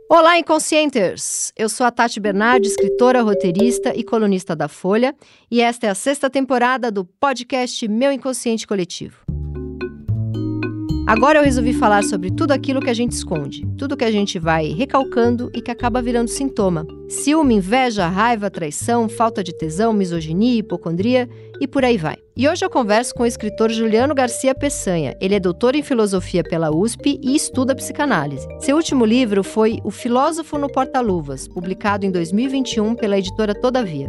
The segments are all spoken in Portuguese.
Olá, Inconscienters! Eu sou a Tati Bernardi, escritora, roteirista e colunista da Folha, e esta é a 6ª temporada do podcast Meu Inconsciente Coletivo. Agora eu resolvi falar sobre tudo aquilo que a gente esconde, tudo que a gente vai recalcando e que acaba virando sintoma. Ciúme, inveja, raiva, traição, falta de tesão, misoginia, hipocondria e por aí vai. E hoje eu converso com o escritor Juliano Garcia Peçanha. Ele é doutor em filosofia pela USP e estuda psicanálise. Seu último livro foi O Filósofo no Porta-Luvas, publicado em 2021 pela editora Todavia.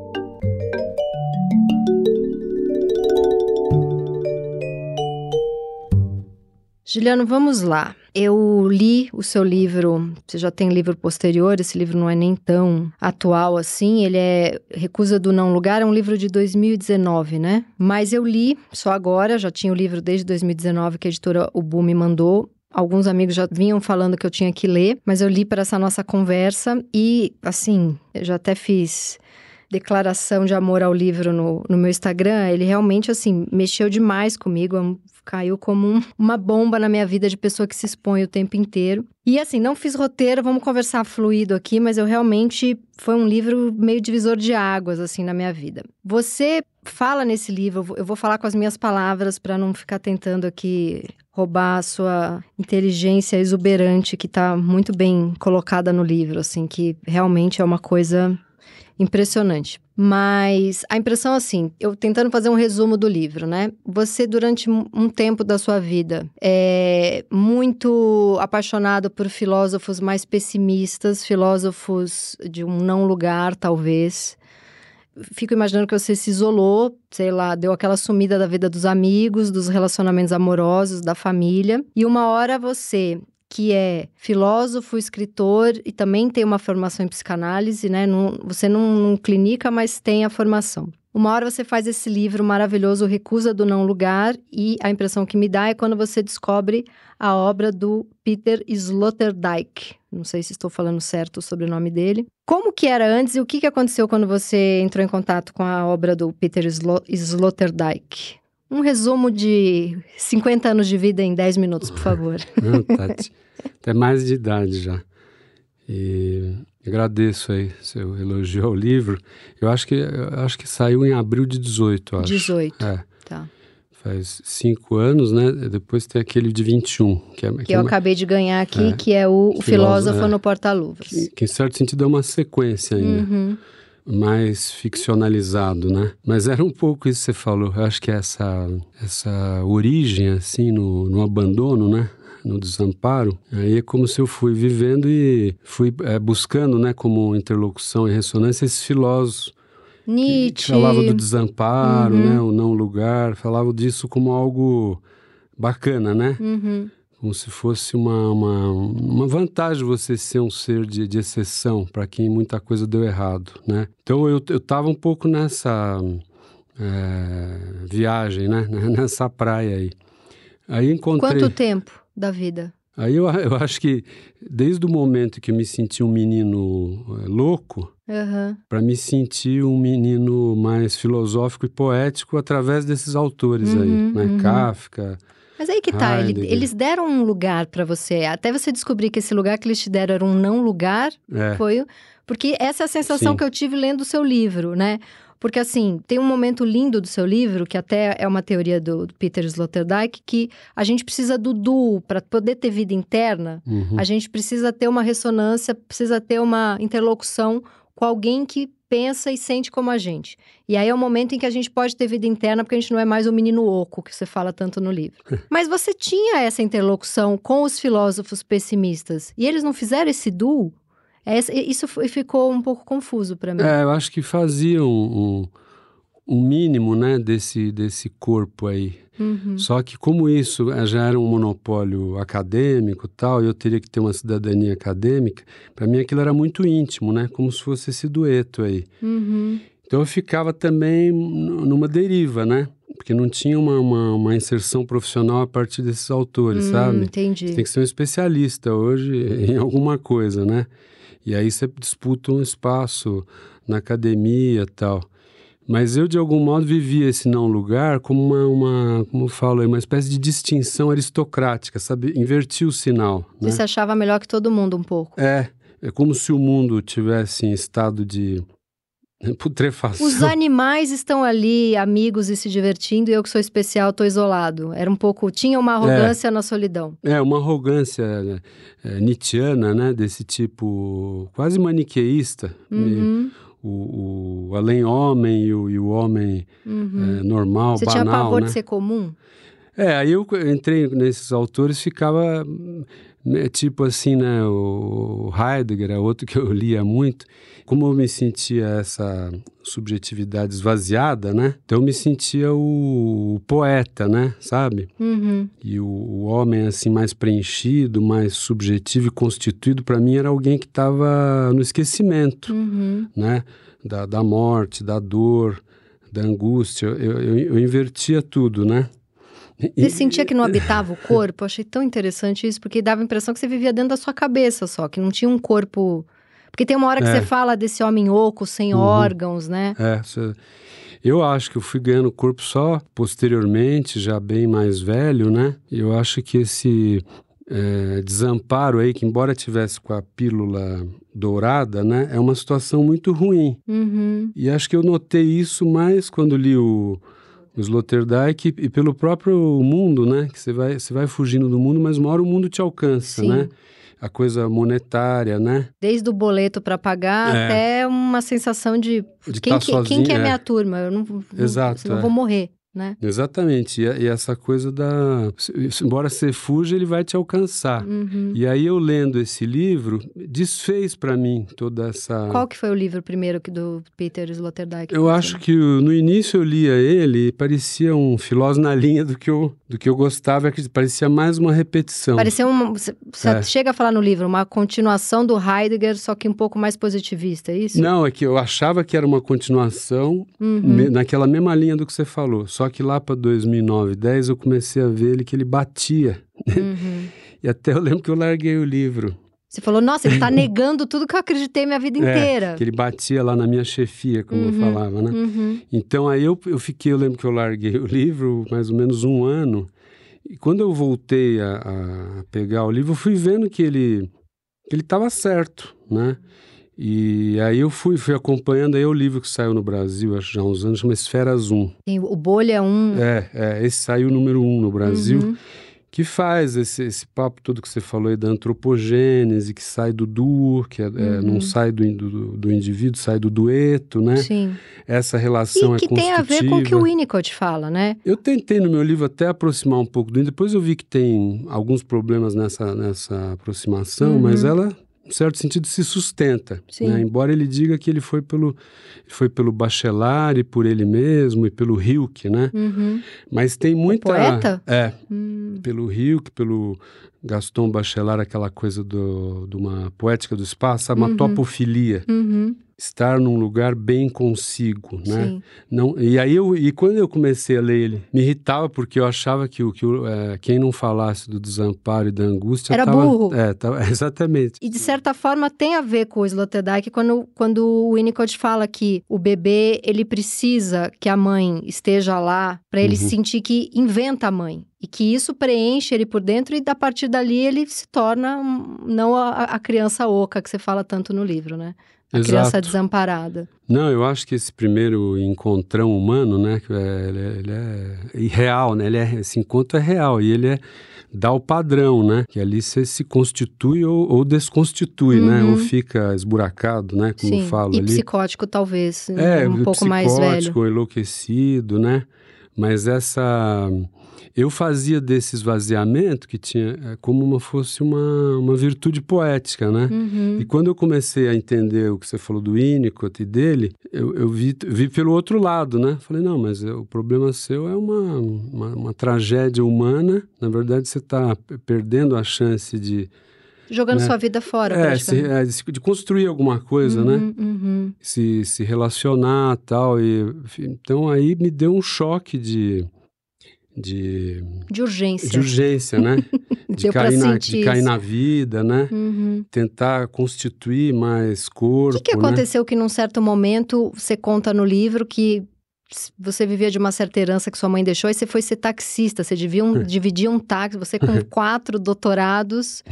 Juliano, vamos lá. Eu li o seu livro, você já tem livro posterior, esse livro não é nem tão atual assim, ele é Recusa do Não Lugar, é um livro de 2019, né? Mas eu li só agora, já tinha o livro desde 2019 que a editora Ubu me mandou. Alguns amigos já vinham falando que eu tinha que ler, mas eu li para essa nossa conversa e, assim, eu já até fiz declaração de amor ao livro no meu Instagram. Ele realmente, assim, mexeu demais comigo, caiu como uma bomba na minha vida de pessoa que se expõe o tempo inteiro. E assim, não fiz roteiro, vamos conversar fluido aqui, mas eu realmente, foi um livro meio divisor de águas, assim, na minha vida. Você fala nesse livro, eu vou falar com as minhas palavras para não ficar tentando aqui roubar a sua inteligência exuberante, que está muito bem colocada no livro, assim, que realmente é uma coisa impressionante. Mas a impressão, assim, eu tentando fazer um resumo do livro, né? Você, durante um tempo da sua vida, é muito apaixonado por filósofos mais pessimistas, filósofos de um não lugar, talvez. Fico imaginando que você se isolou, sei lá, deu aquela sumida da vida dos amigos, dos relacionamentos amorosos, da família. E uma hora você, que é filósofo, escritor e também tem uma formação em psicanálise, né? Você não clinica, mas tem a formação. Uma hora você faz esse livro maravilhoso, Recusa do Não Lugar, e a impressão que me dá é quando você descobre a obra do Peter Sloterdijk. Não sei se estou falando certo o sobrenome dele. Como que era antes e o que aconteceu quando você entrou em contato com a obra do Peter Sloterdijk? Um resumo de 50 anos de vida em 10 minutos, por favor. Não, Tati, até mais de idade já. E agradeço aí seu elogio ao livro. Eu acho que saiu em abril de 18, acho. 18, é. Tá. Faz 5 anos, né? Depois tem aquele de 21. Que eu acabei de ganhar aqui, que é o Filósofo no Porta-Luvas. Que em certo sentido é uma sequência ainda. Uhum. Mais ficcionalizado, né? Mas era um pouco isso que você falou. Eu acho que essa origem, assim, no abandono, né? No desamparo, aí é como se eu fui vivendo e fui buscando, né? Como interlocução e ressonância, esses filósofos Nietzsche. Que falavam do desamparo, né? O não lugar, falavam disso como algo bacana, né? Uhum. Como se fosse uma vantagem você ser um ser de exceção para quem muita coisa deu errado, né? Então eu estava um pouco nessa viagem, né? Nessa praia aí. Aí encontrei... Quanto tempo da vida? Aí eu acho que desde o momento que eu me senti um menino louco, para me sentir um menino mais filosófico e poético através desses autores aí, né? Kafka... Mas aí que tá, eles deram um lugar pra você, até você descobrir que esse lugar que eles te deram era um não lugar, foi... Porque essa é a sensação que eu tive lendo o seu livro, né? Porque assim, tem um momento lindo do seu livro, que até é uma teoria do Peter Sloterdijk, que a gente precisa do duo, para poder ter vida interna, a gente precisa ter uma ressonância, precisa ter uma interlocução com alguém que pensa e sente como a gente. E aí é o momento em que a gente pode ter vida interna, porque a gente não é mais o menino oco, que você fala tanto no livro. Mas você tinha essa interlocução com os filósofos pessimistas, e eles não fizeram esse duo? Isso ficou um pouco confuso para mim. Eu acho que faziam um mínimo, né, desse corpo aí. Só que como isso já era um monopólio acadêmico e tal, e eu teria que ter uma cidadania acadêmica, para mim aquilo era muito íntimo, né, como se fosse esse dueto aí. Então eu ficava também numa deriva, né, porque não tinha uma inserção profissional a partir desses autores, sabe? Entendi. Você tem que ser um especialista hoje em alguma coisa, né? E aí você disputa um espaço na academia e tal. Mas eu, de algum modo, vivia esse não lugar como como eu falo, uma espécie de distinção aristocrática, sabe? Inverti o sinal, né? Você se achava melhor que todo mundo um pouco. É como se o mundo tivesse em estado de putrefação. Os animais estão ali, amigos e se divertindo, e eu que sou especial tô isolado. Era um pouco, tinha uma arrogância na solidão. Uma arrogância nietzschiana, né? Desse tipo, quase maniqueísta. O além-homem e o homem normal, Você banal, tinha pavor né? de ser comum? Aí eu entrei nesses autores, ficava tipo assim, né? O Heidegger é outro que eu lia muito. Como eu me sentia essa subjetividade esvaziada, né? Então eu me sentia o poeta, né? Sabe? E o homem assim mais preenchido, mais subjetivo e constituído, para mim era alguém que estava no esquecimento, né? Da morte, da dor, da angústia. Eu invertia tudo, né? Você sentia que não habitava o corpo? Eu achei tão interessante isso, porque dava a impressão que você vivia dentro da sua cabeça só, que não tinha um corpo... Porque tem uma hora que você fala desse homem oco, sem órgãos, né? Eu acho que eu fui ganhando corpo só posteriormente, já bem mais velho, né? Eu acho que esse desamparo aí, que embora tivesse com a pílula dourada, né? É uma situação muito ruim. E acho que eu notei isso mais quando li o Sloterdijk e pelo próprio mundo, né? Que você vai fugindo do mundo, mas uma hora o mundo te alcança, né? A coisa monetária, né? Desde o boleto para pagar até uma sensação de quem que é minha turma? Eu não vou morrer, né? Exatamente. E essa coisa embora você fuja, ele vai te alcançar. E aí eu lendo esse livro, desfez para mim toda essa... Qual que foi o livro primeiro do Peter Sloterdijk? Eu acho que no início eu lia ele e parecia um filósofo na linha do que eu gostava, que parecia mais uma repetição. Parecia você chega a falar no livro, uma continuação do Heidegger, só que um pouco mais positivista, é isso? Não, é que eu achava que era uma continuação naquela mesma linha do que você falou. Só que lá para 2009, 2010 eu comecei a ver que ele batia. E até eu lembro que eu larguei o livro. Você falou, nossa, ele tá negando tudo que eu acreditei minha vida inteira. Que ele batia lá na minha chefia, como eu falava, né? Então aí eu lembro que eu larguei o livro mais ou menos 1 ano. E quando eu voltei a pegar o livro, eu fui vendo que ele estava certo, né? E aí eu fui acompanhando aí o livro que saiu no Brasil, acho já há uns anos, chama Esferas 1. O Bolha 1. Esse saiu o número 1 no Brasil, que faz esse papo todo que você falou aí da antropogênese, que sai do duo, que não sai do indivíduo, sai do dueto, né? Sim. Essa relação que tem a ver com o que o Winnicott fala, né? Eu tentei no meu livro até aproximar um pouco do depois eu vi que tem alguns problemas nessa aproximação, mas ela... em certo sentido, se sustenta, né? Embora ele diga que ele foi pelo Bachelard e por ele mesmo e pelo Hilke, né? Mas tem muita... O poeta? Pelo Hilke, pelo Gaston Bachelard, aquela coisa de uma poética do espaço, uma topofilia. Estar num lugar bem consigo, né? Sim. Não, e quando eu comecei a ler ele, me irritava porque eu achava que quem não falasse do desamparo e da angústia... Era burro. Exatamente. E de certa forma tem a ver com o Sloterdijk quando o Winnicott fala que o bebê, ele precisa que a mãe esteja lá para ele sentir que inventa a mãe. E que isso preenche ele por dentro e a partir dali ele se torna não a criança oca que você fala tanto no livro, né? A criança desamparada. Não, eu acho que esse primeiro encontrão humano, né? Ele é irreal, né? Esse encontro é real e ele dá o padrão, né? Que ali você se constitui ou desconstitui, né? Ou fica esburacado, né? Como eu falo ali. E psicótico talvez, um pouco mais velho. Psicótico, enlouquecido, né? Mas eu fazia desse esvaziamento que tinha como fosse uma virtude poética, né? E quando eu comecei a entender o que você falou do Winnicott e dele, eu vi pelo outro lado, né? Falei, não, mas o problema seu é uma tragédia humana. Na verdade, você está perdendo a chance de... Jogando sua vida fora, praticamente. De construir alguma coisa, né? Se relacionar e tal. Então, aí me deu um choque de urgência. De urgência, né? de cair na vida, né? Tentar constituir mais corpo. O que aconteceu que num certo momento, você conta no livro que você vivia de uma certa herança que sua mãe deixou, e você foi ser taxista, você dividia um táxi, você com 4 doutorados.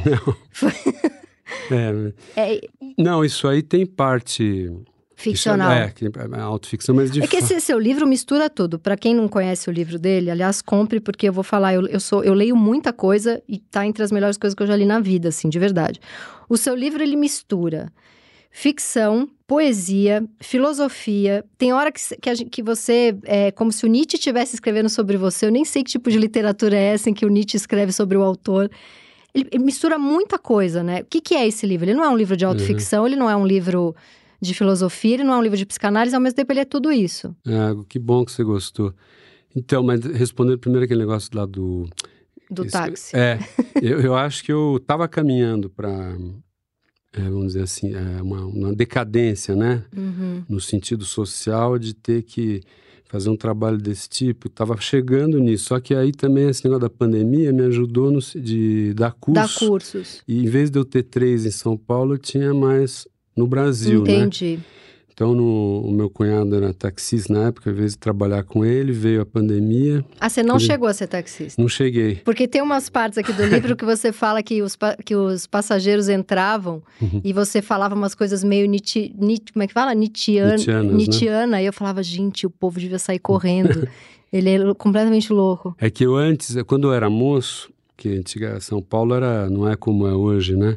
Não, isso aí tem parte... ficcional. É autoficção, mas de fato... É que esse seu livro mistura tudo. Para quem não conhece o livro dele, aliás, compre, porque eu vou falar, eu leio muita coisa e tá entre as melhores coisas que eu já li na vida, assim, de verdade. O seu livro, ele mistura ficção, poesia, filosofia. Tem hora que você... É como se o Nietzsche estivesse escrevendo sobre você. Eu nem sei que tipo de literatura é essa em que o Nietzsche escreve sobre o autor. Ele mistura muita coisa, né? O que é esse livro? Ele não é um livro de autoficção, ele não é um livro de filosofia, ele não é um livro de psicanálise, ao mesmo tempo ele é tudo isso. Que bom que você gostou. Então, mas respondendo primeiro aquele negócio lá do táxi. Eu acho que eu estava caminhando para... vamos dizer assim, uma decadência, né? Uhum. No sentido social de ter que fazer um trabalho desse tipo. Estava chegando nisso. Só que aí também esse negócio da pandemia me ajudou de dar cursos. Dar cursos. E em vez de eu ter 3 em São Paulo, eu tinha mais no Brasil, Entendi. Né? Então, o meu cunhado era taxista na época, ao invés de trabalhar com ele, veio a pandemia. Ah, você não chegou a ser taxista? Não cheguei. Porque tem umas partes aqui do livro que você fala que os passageiros entravam e você falava umas coisas meio como é que fala? Nietzschiana. Né? E eu falava, gente, o povo devia sair correndo. Ele é completamente louco. É que quando eu era moço, que antiga São Paulo não é como é hoje, né?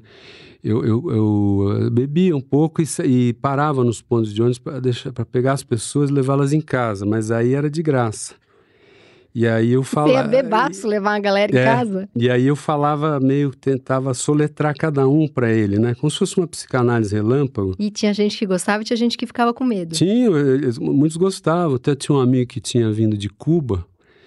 Eu bebia um pouco e parava nos pontos de ônibus para pegar as pessoas e levá-las em casa, mas aí era de graça. E aí eu falava... Você ia bebaço levar a galera em casa? E aí eu falava tentava soletrar cada um para ele, né? Como se fosse uma psicanálise relâmpago. E tinha gente que gostava e tinha gente que ficava com medo. Tinha, muitos gostavam. Até tinha um amigo que tinha vindo de Cuba.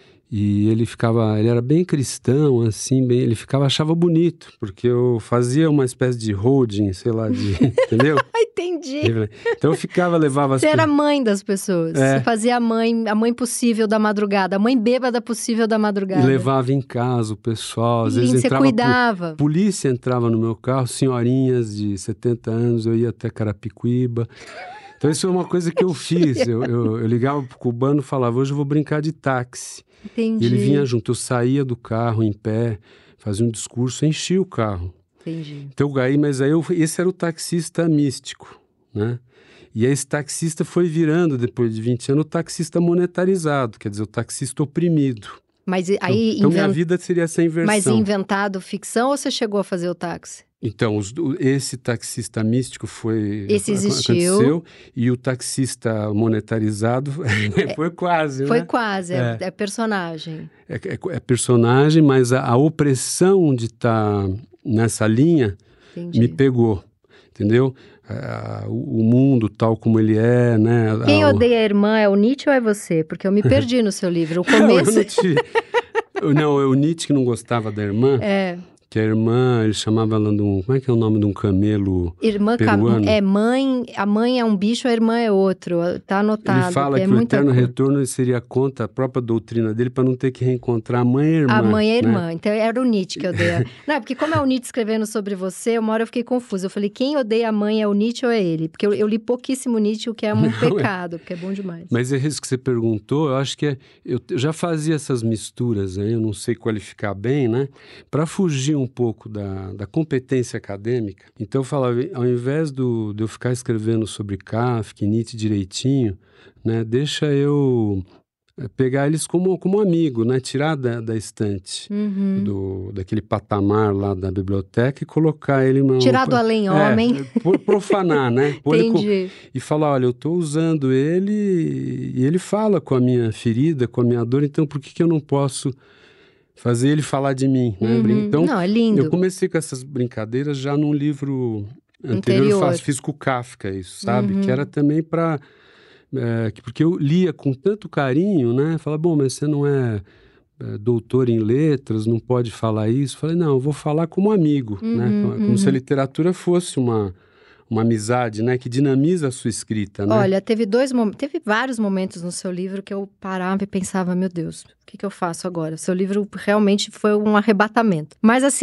E ele era bem cristão, assim, achava bonito, porque eu fazia uma espécie de holding, sei lá, entendeu? Entendi. Então eu levava... Você era a mãe das pessoas, você fazia a mãe possível da madrugada, a mãe bêbada possível da madrugada. E levava em casa o pessoal, às vezes você cuidava. Polícia entrava no meu carro, senhorinhas de 70 anos, eu ia até Carapicuíba. Então isso é uma coisa que eu fiz, eu ligava pro cubano e falava, hoje eu vou brincar de táxi. Entendi. E ele vinha junto, eu saía do carro em pé, fazia um discurso, enchia o carro. Entendi. Então, esse era o taxista místico, né? E esse taxista foi virando, depois de 20 anos, o taxista monetarizado, quer dizer, o taxista oprimido. Mas aí... Então minha vida seria essa inversão. Mas inventado ficção ou você chegou a fazer o táxi? Então, esse taxista místico Esse existiu. Aconteceu, e o taxista monetarizado foi quase, né? Foi quase, é personagem. É personagem, mas a opressão de estar nessa linha me pegou, entendeu? O mundo tal como ele é, né? Quem odeia a irmã é o Nietzsche ou é você? Porque eu me perdi no seu livro. O começo... Não, é o Nietzsche que não gostava da irmã. Que a irmã, ele chamava ela de como é que é o nome de um camelo peruano? A mãe é um bicho, a irmã é outro, tá anotado. Ele fala que o eterno retorno seria contra a própria doutrina dele para não ter que reencontrar a mãe e a irmã. A mãe e a irmã, né? Então era o Nietzsche que odeia. Não, porque como é o Nietzsche escrevendo sobre você, uma hora eu fiquei confusa. Eu falei, quem odeia a mãe é o Nietzsche ou é ele? Porque eu li pouquíssimo Nietzsche, o que é um pecado, porque é bom demais. Mas é isso que você perguntou, eu acho que eu já fazia essas misturas aí, eu não sei qualificar bem, né? Para fugir um pouco da competência acadêmica. Então eu falava, ao invés de eu ficar escrevendo sobre Kafka e Nietzsche direitinho, né, deixa eu pegar eles como amigo, né, tirar da estante, daquele patamar lá da biblioteca e colocar ele... Tirar do além-homem. Profanar, né? Entendi. E falar, olha, eu estou usando ele e ele fala com a minha ferida, com a minha dor, então por que eu não posso... fazer ele falar de mim, né? Então, não, é lindo. Eu comecei com essas brincadeiras já num livro anterior. Eu fiz com o Kafka isso, sabe? Que era também para... porque eu lia com tanto carinho, né? Falava, bom, mas você não é doutor em letras, não pode falar isso. Falei, não, eu vou falar como amigo, né? Como se a literatura fosse uma amizade, né? Que dinamiza a sua escrita, né? Olha, teve vários momentos no seu livro que eu parava e pensava, meu Deus, o que eu faço agora? O seu livro realmente foi um arrebatamento. Mas assim,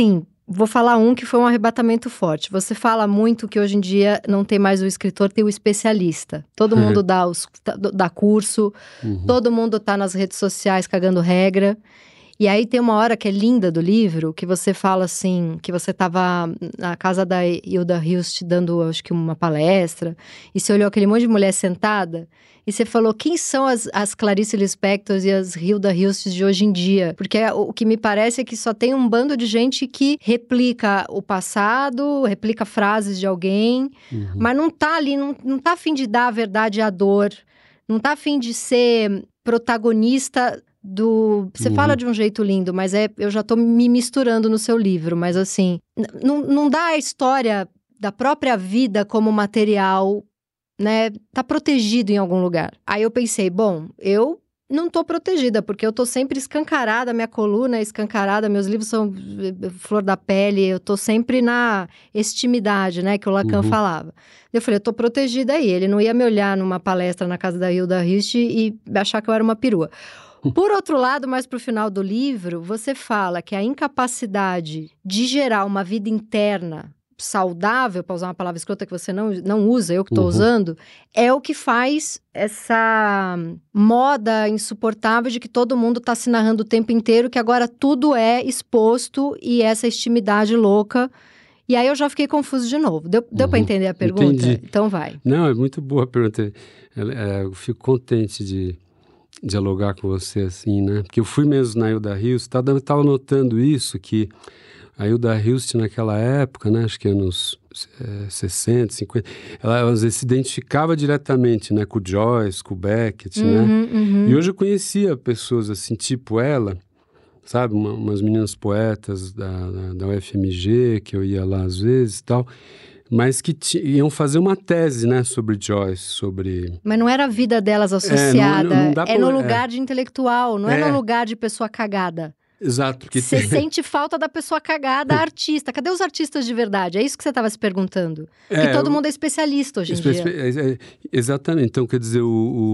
Vou falar um que foi um arrebatamento forte. Você fala muito que hoje em dia não tem mais o escritor, tem o especialista. Todo mundo dá curso, todo mundo tá nas redes sociais cagando regra. E aí tem uma hora que é linda do livro, que você fala assim, que você estava na casa da Hilda Hilst dando, acho que uma palestra, e você olhou aquele monte de mulher sentada, e você falou, quem são as Clarice Lispector e as Hilda Hilst de hoje em dia? Porque o que me parece é que só tem um bando de gente que replica o passado, replica frases de alguém, mas não tá ali, não tá a fim de dar a verdade à dor, não tá a fim de ser protagonista Você fala de um jeito lindo, mas eu já tô me misturando no seu livro, mas assim, não dá a história da própria vida como material, né? Tá protegido em algum lugar. Aí eu pensei, bom, eu não tô protegida, porque eu tô sempre escancarada, minha coluna é escancarada, meus livros são flor da pele, eu tô sempre na extimidade, né, que o Lacan falava. Eu falei, eu tô protegida aí, ele não ia me olhar numa palestra na casa da Hilda Hilst e achar que eu era uma perua. Por outro lado, mais pro final do livro, você fala que a incapacidade de gerar uma vida interna saudável, para usar uma palavra escrota que você não usa, eu que estou usando, é o que faz essa moda insuportável de que todo mundo está se narrando o tempo inteiro, que agora tudo é exposto e essa extimidade louca. E aí eu já fiquei confuso de novo. Deu para entender a pergunta? Entendi. Então vai. Não, é muito boa a pergunta. Eu fico contente de dialogar com você assim, né? Porque eu fui mesmo na Hilda Hilst, estava notando isso, que a Hilda Hilst naquela época, né? Acho que anos 60, 50, ela às vezes se identificava diretamente, né? Com o Joyce, com o Beckett, né? E hoje eu conhecia pessoas assim, tipo ela, sabe? Umas meninas poetas da UFMG, que eu ia lá às vezes e tal, mas que iam fazer uma tese, né, sobre Joyce, sobre... Mas não era a vida delas associada, não no lugar de intelectual, não é no lugar de pessoa cagada. Exato. Porque você sente falta da pessoa cagada, artista. Cadê os artistas de verdade? É isso que você estava se perguntando. Que todo mundo é especialista hoje em dia. Exatamente. Então, quer dizer,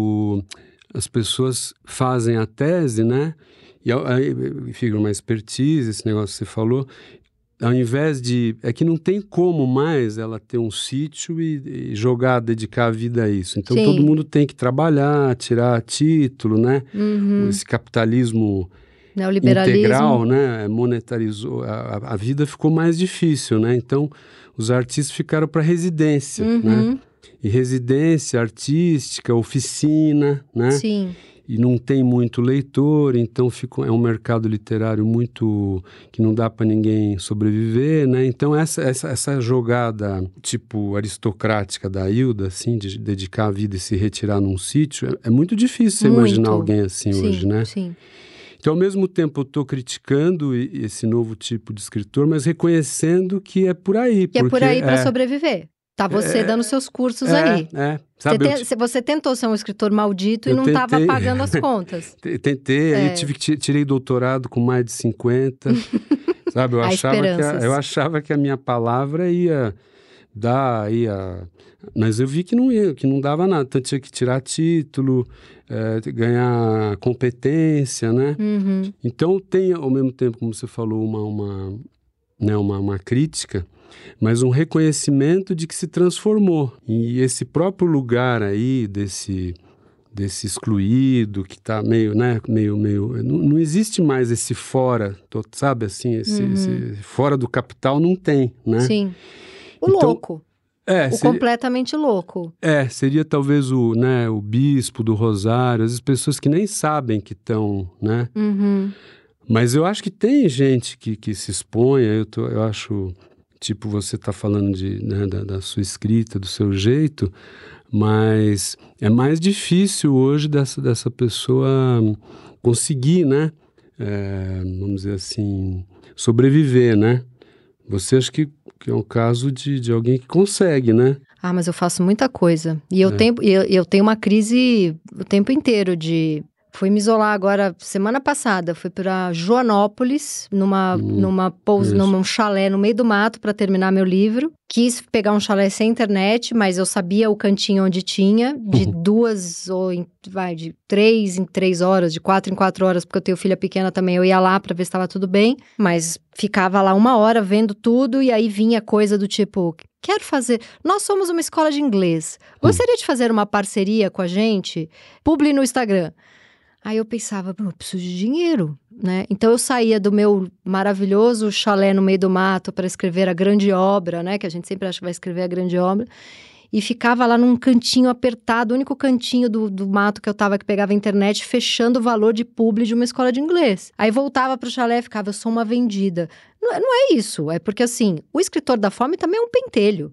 as pessoas fazem a tese, né? E aí fica uma expertise, esse negócio que você falou... Ao invés de... É que não tem como mais ela ter um sítio e dedicar a vida a isso. Então, todo mundo tem que trabalhar, tirar título, né? Esse capitalismo integral, né? Monetarizou. A vida ficou mais difícil, né? Então, os artistas ficaram para residência, né? E residência artística, oficina, né? Sim. E não tem muito leitor, então é um mercado literário muito... que não dá para ninguém sobreviver, né? Então essa jogada, tipo, aristocrática da Hilda, assim, de dedicar a vida e se retirar num sítio, é muito difícil você imaginar alguém assim hoje, né? Sim. Então, ao mesmo tempo, eu estou criticando esse novo tipo de escritor, mas reconhecendo que é por aí. Que é por aí para sobreviver. Tá você dando seus cursos aí. Sabe, você tentou ser um escritor maldito e não estava pagando as contas. Tentei, aí tirei doutorado com mais de 50. Sabe, eu achava que a minha palavra ia dar, mas eu vi que não dava nada. Então tinha que tirar título, ganhar competência, né? Então tem, ao mesmo tempo, como você falou, uma crítica, mas um reconhecimento de que se transformou. E esse próprio lugar aí, desse excluído, que está meio, né, não existe mais esse fora, sabe, assim, esse fora do capital não tem, né? Sim. Louco. Completamente louco. Seria talvez o bispo do Rosário, as pessoas que nem sabem que estão, né? Mas eu acho que tem gente que se expõe, eu acho... Tipo, você está falando da sua escrita, do seu jeito, mas é mais difícil hoje dessa pessoa conseguir, né? Vamos dizer assim, sobreviver, né? Você acha que é um caso de alguém que consegue, né? Ah, mas eu faço muita coisa. E eu tenho uma crise o tempo inteiro de... Fui me isolar agora, semana passada. Fui para Joanópolis, num chalé no meio do mato para terminar meu livro. Quis pegar um chalé sem internet, mas eu sabia o cantinho onde tinha, de 3 em 3 horas, de 4 em 4 horas, porque eu tenho filha pequena também, eu ia lá para ver se estava tudo bem, mas ficava lá 1 hora vendo tudo e aí vinha coisa do tipo, quero fazer, nós somos uma escola de inglês, gostaria de fazer uma parceria com a gente? Publi no Instagram. Aí eu pensava, eu preciso de dinheiro, né? Então eu saía do meu maravilhoso chalé no meio do mato para escrever a grande obra, né? Que a gente sempre acha que vai escrever a grande obra. E ficava lá num cantinho apertado, o único cantinho do mato que eu tava, que pegava a internet, fechando o valor de publi de uma escola de inglês. Aí voltava pro chalé e ficava, eu sou uma vendida. Não é isso, é porque assim, o escritor da fome também é um pentelho.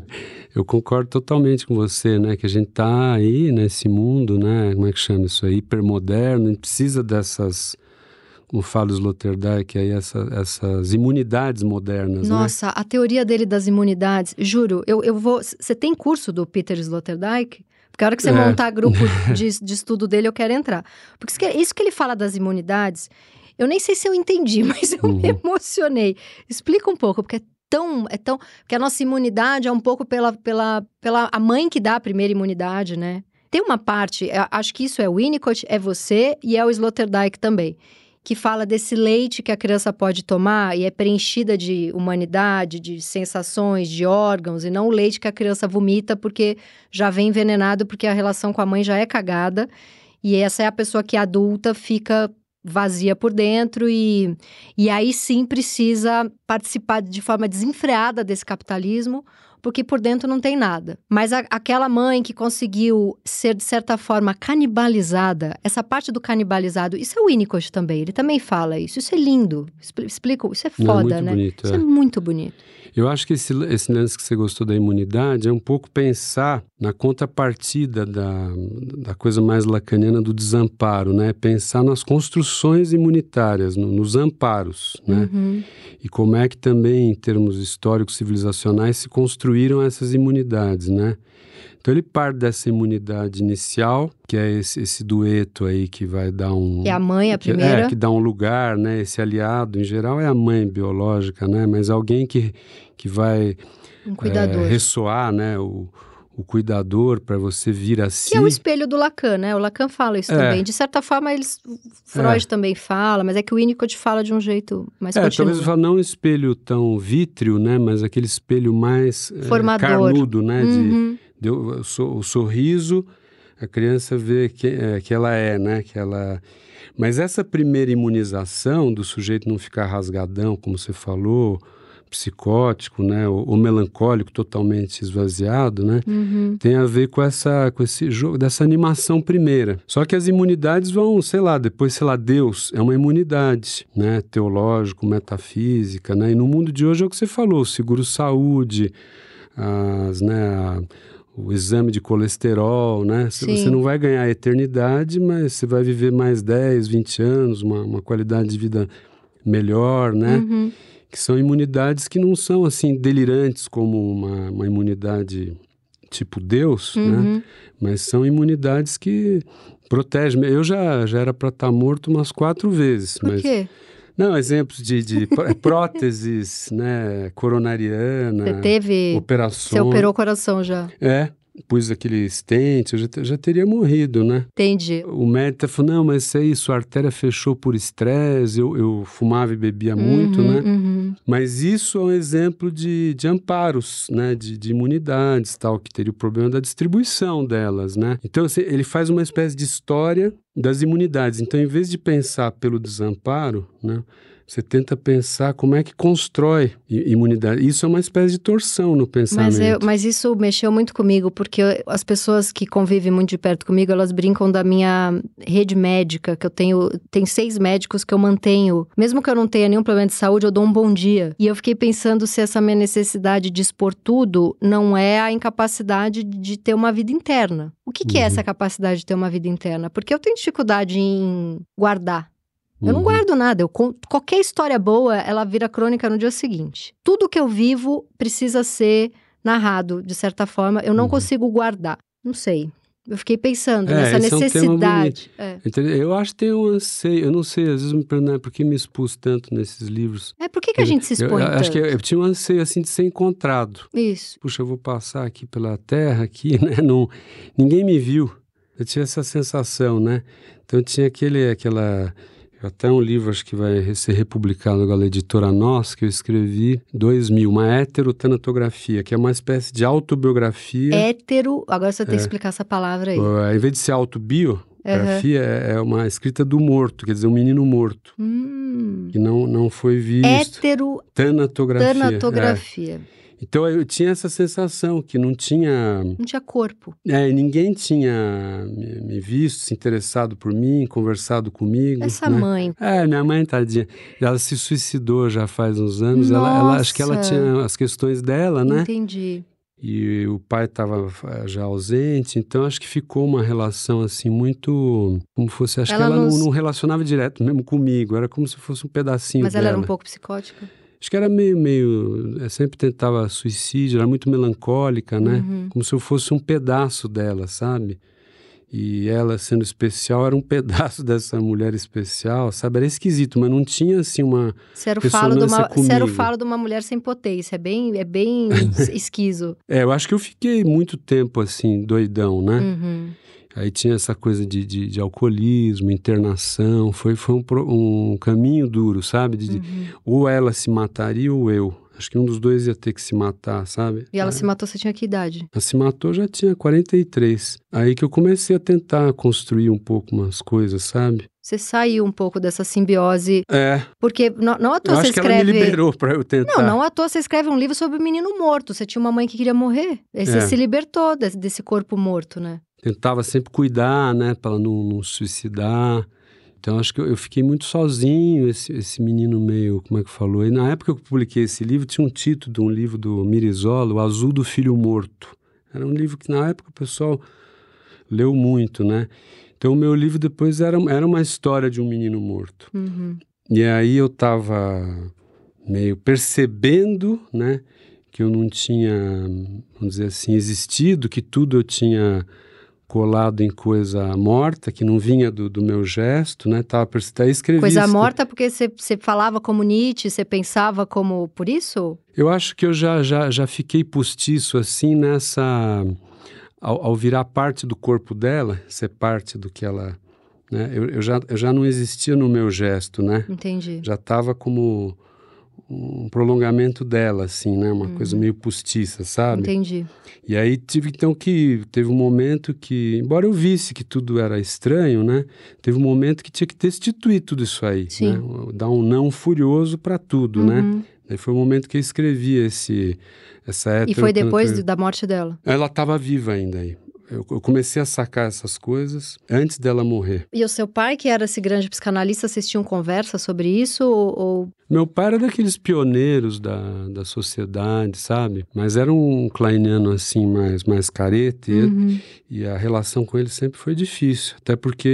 Eu concordo totalmente com você, né, que a gente tá aí nesse mundo, né, como é que chama isso aí, hipermoderno, a gente precisa dessas, como fala o Sloterdijk, aí essas imunidades modernas, Nossa, né? A teoria dele das imunidades, juro, eu vou... Você tem curso do Peter Sloterdijk? Porque a hora que você montar grupo de estudo dele, eu quero entrar. Porque isso que ele fala das imunidades, eu nem sei se eu entendi, mas eu me emocionei. Explica um pouco, porque é tão... Porque a nossa imunidade é um pouco pela a mãe que dá a primeira imunidade, né? Tem uma parte, acho que isso é o Winnicott, é você e é o Sloterdijk também, que fala desse leite que a criança pode tomar e é preenchida de humanidade, de sensações, de órgãos, e não o leite que a criança vomita porque já vem envenenado, porque a relação com a mãe já é cagada, e essa é a pessoa que adulta fica vazia por dentro e aí sim precisa participar de forma desenfreada desse capitalismo, porque por dentro não tem nada. Mas aquela mãe que conseguiu ser, de certa forma, canibalizada, essa parte do canibalizado, isso é o Winnicott também, ele também fala isso. Isso é lindo, explico, isso é foda, Muito né? bonito, isso é muito bonito. Eu acho que esse lance que você gostou da imunidade é um pouco pensar na contrapartida da coisa mais lacaniana do desamparo, né? Pensar nas construções imunitárias, nos amparos, né? E como é que também, em termos históricos civilizacionais, se construíram essas imunidades, né? Então ele parte dessa imunidade inicial, que é esse dueto aí que vai dar um... É a mãe, a primeira. Que dá um lugar, né? Esse aliado, em geral, é a mãe biológica, né? Mas alguém que vai um cuidador. Ressoar, né? O cuidador para você vir a si. Que é o espelho do Lacan, né? O Lacan fala isso também. De certa forma, Freud também fala, mas é que o Winnicott fala de um jeito mais continua. Talvez eu fale não um espelho tão vítreo, né? Mas aquele espelho mais carnudo, né? O sorriso, a criança vê que ela é, né? Mas essa primeira imunização do sujeito não ficar rasgadão, como você falou, psicótico, né? Ou melancólico, totalmente esvaziado, né? Tem a ver com esse jogo, dessa animação primeira. Só que as imunidades vão, depois, Deus é uma imunidade, né? Teológico, metafísica, né? E no mundo de hoje é o que você falou, seguro-saúde, o exame de colesterol, né? Você não vai ganhar a eternidade, mas você vai viver mais 10, 20 anos, uma qualidade de vida melhor, né? Que são imunidades que não são, assim, delirantes como uma imunidade tipo Deus, né? Mas são imunidades que protegem. Eu já era para estar morto umas 4 vezes. Por quê? Não, exemplos de próteses, né, coronariana, Você teve... operações. Você operou o coração já? Pus aquele stent, eu já teria morrido, né? Entendi. O médico falou, não, mas isso aí, sua artéria fechou por estresse, eu fumava e bebia muito, né? Mas isso é um exemplo de amparos, né? De imunidades, tal, que teria o problema da distribuição delas, né? Então, assim, ele faz uma espécie de história das imunidades. Então, em vez de pensar pelo desamparo, né? Você tenta pensar como é que constrói imunidade. Isso é uma espécie de torção no pensamento. Mas isso mexeu muito comigo, porque as pessoas que convivem muito de perto comigo, elas brincam da minha rede médica, que eu tenho 6 médicos que eu mantenho. Mesmo que eu não tenha nenhum problema de saúde, eu dou um bom dia. E eu fiquei pensando se essa minha necessidade de expor tudo não é a incapacidade de ter uma vida interna. O que é essa capacidade de ter uma vida interna? Porque eu tenho dificuldade em guardar. Eu não guardo nada, qualquer história boa, ela vira crônica no dia seguinte. Tudo que eu vivo precisa ser narrado, de certa forma, eu não consigo guardar. Não sei. Eu fiquei pensando nessa necessidade. Eu acho que tem um anseio, eu não sei, às vezes me pergunto por que me expus tanto nesses livros. Por que a gente se expõe tanto? Acho que eu tinha um anseio assim de ser encontrado. Isso. Puxa, eu vou passar aqui pela terra, aqui, né? Ninguém me viu. Eu tinha essa sensação, né? Então tinha aquela... Até um livro, acho que vai ser republicado agora na editora Nós, que eu escrevi em 2000, uma heterotanatografia, que é uma espécie de autobiografia. Agora você tem que explicar essa palavra aí. Em vez de ser autobiografia, é uma escrita do morto, quer dizer, um menino morto. Que não foi visto. Tanatografia. Então eu tinha essa sensação que não tinha... Não tinha corpo. Ninguém tinha me visto, se interessado por mim, conversado comigo. Essa mãe. Minha mãe, tadinha. Ela se suicidou já faz uns anos. Ela acho que ela tinha as questões dela, né? Entendi. E o pai estava já ausente, então acho que ficou uma relação assim muito... Como fosse... Acho que ela não relacionava direto mesmo comigo, era como se fosse um pedacinho Mas dela. Ela era um pouco psicótica? Acho que era meio sempre tentava suicídio, era muito melancólica, né? Como se eu fosse um pedaço dela, sabe? E ela, sendo especial, era um pedaço dessa mulher especial, sabe? Era esquisito, mas não tinha, assim, uma ressonância comigo. Você era o falo de uma mulher sem potência, é bem esquizo. Eu acho que eu fiquei muito tempo, assim, doidão, né? Aí tinha essa coisa de alcoolismo, internação, foi um caminho duro, sabe? Ou ela se mataria ou eu. Acho que um dos dois ia ter que se matar, sabe? E ela se matou, você tinha que idade? Ela se matou, já tinha 43. Aí que eu comecei a tentar construir um pouco umas coisas, sabe? Você saiu um pouco dessa simbiose. Porque não à toa você escreve... Eu acho que ela me liberou pra eu tentar. Não à toa você escreve um livro sobre o menino morto. Você tinha uma mãe que queria morrer. Aí você se libertou desse corpo morto, né? Tentava sempre cuidar, né? Pra ela não suicidar. Então, acho que eu fiquei muito sozinho, esse menino meio, como é que falou? E na época que eu publiquei esse livro, tinha um título de um livro do Mirizola, O Azul do Filho Morto. Era um livro que na época o pessoal leu muito, né? Então, o meu livro depois era uma história de um menino morto. E aí eu estava meio percebendo, né? Que eu não tinha, vamos dizer assim, existido, que tudo eu tinha... colado em coisa morta, que não vinha do meu gesto, né? Até escrevi coisa morta porque você falava como Nietzsche, você pensava como... Por isso? Eu acho que eu já fiquei postiço, assim, nessa... Ao virar parte do corpo dela, ser parte do que ela... Né? Eu já não existia no meu gesto, né? Entendi. Já estava como... um prolongamento dela, assim, né? Uma coisa meio postiça, sabe? Entendi. E aí teve um momento que, embora eu visse que tudo era estranho, né? Teve um momento que tinha que destituir tudo isso aí, Sim. né? Dar um não furioso para tudo, né? Aí foi o momento que eu escrevi essa E foi depois da morte dela? Ela estava viva ainda aí. Eu comecei a sacar essas coisas antes dela morrer. E o seu pai, que era esse grande psicanalista, vocês tinham conversa sobre isso ou... Meu pai era daqueles pioneiros da sociedade, sabe? Mas era um kleiniano assim, mais careta. E a relação com ele sempre foi difícil. Até porque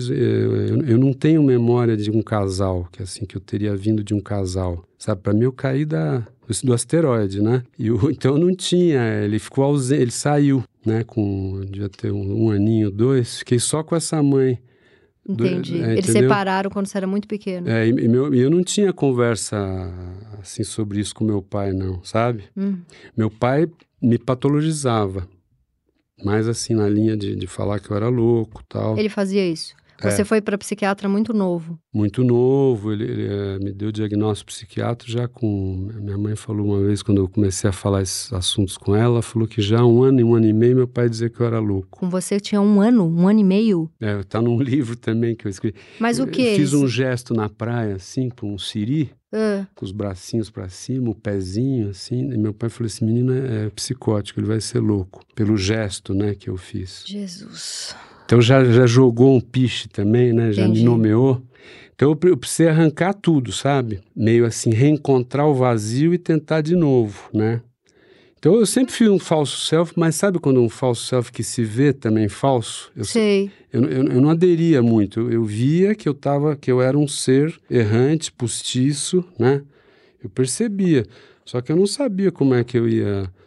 eu não tenho memória de um casal, que eu teria vindo de um casal. Sabe, para mim eu caí do asteroide, né? Então não tinha, ele ficou ausente, ele saiu, né? Devia ter um aninho, 2, fiquei só com essa mãe. Entendi. Eles separaram quando você era muito pequeno. E eu não tinha conversa assim sobre isso com meu pai, não, sabe? Meu pai me patologizava, mas assim, na linha de falar que eu era louco e tal. Ele fazia isso? Você foi para psiquiatra muito novo? Muito novo, ele me deu diagnóstico psiquiátrico já com... Minha mãe falou uma vez, quando eu comecei a falar esses assuntos com ela, falou que já há um ano e meio, meu pai dizia que eu era louco. Com você tinha um ano e meio? Tá num livro também que eu escrevi. Mas o que eu fiz um gesto na praia, assim, com um siri, com os bracinhos para cima, o pezinho, assim, e meu pai falou, esse menino é psicótico, ele vai ser louco, pelo gesto, né, que eu fiz. Jesus... Então já jogou um piche também, né? Já me nomeou. Então eu precisei arrancar tudo, sabe? Meio assim, reencontrar o vazio e tentar de novo, né? Então eu sempre fui um falso self, mas sabe quando um falso self que se vê também falso? Sei. Eu não aderia muito. Eu via que eu era um ser errante, postiço, né? Eu percebia. Só que eu não sabia como é que eu ia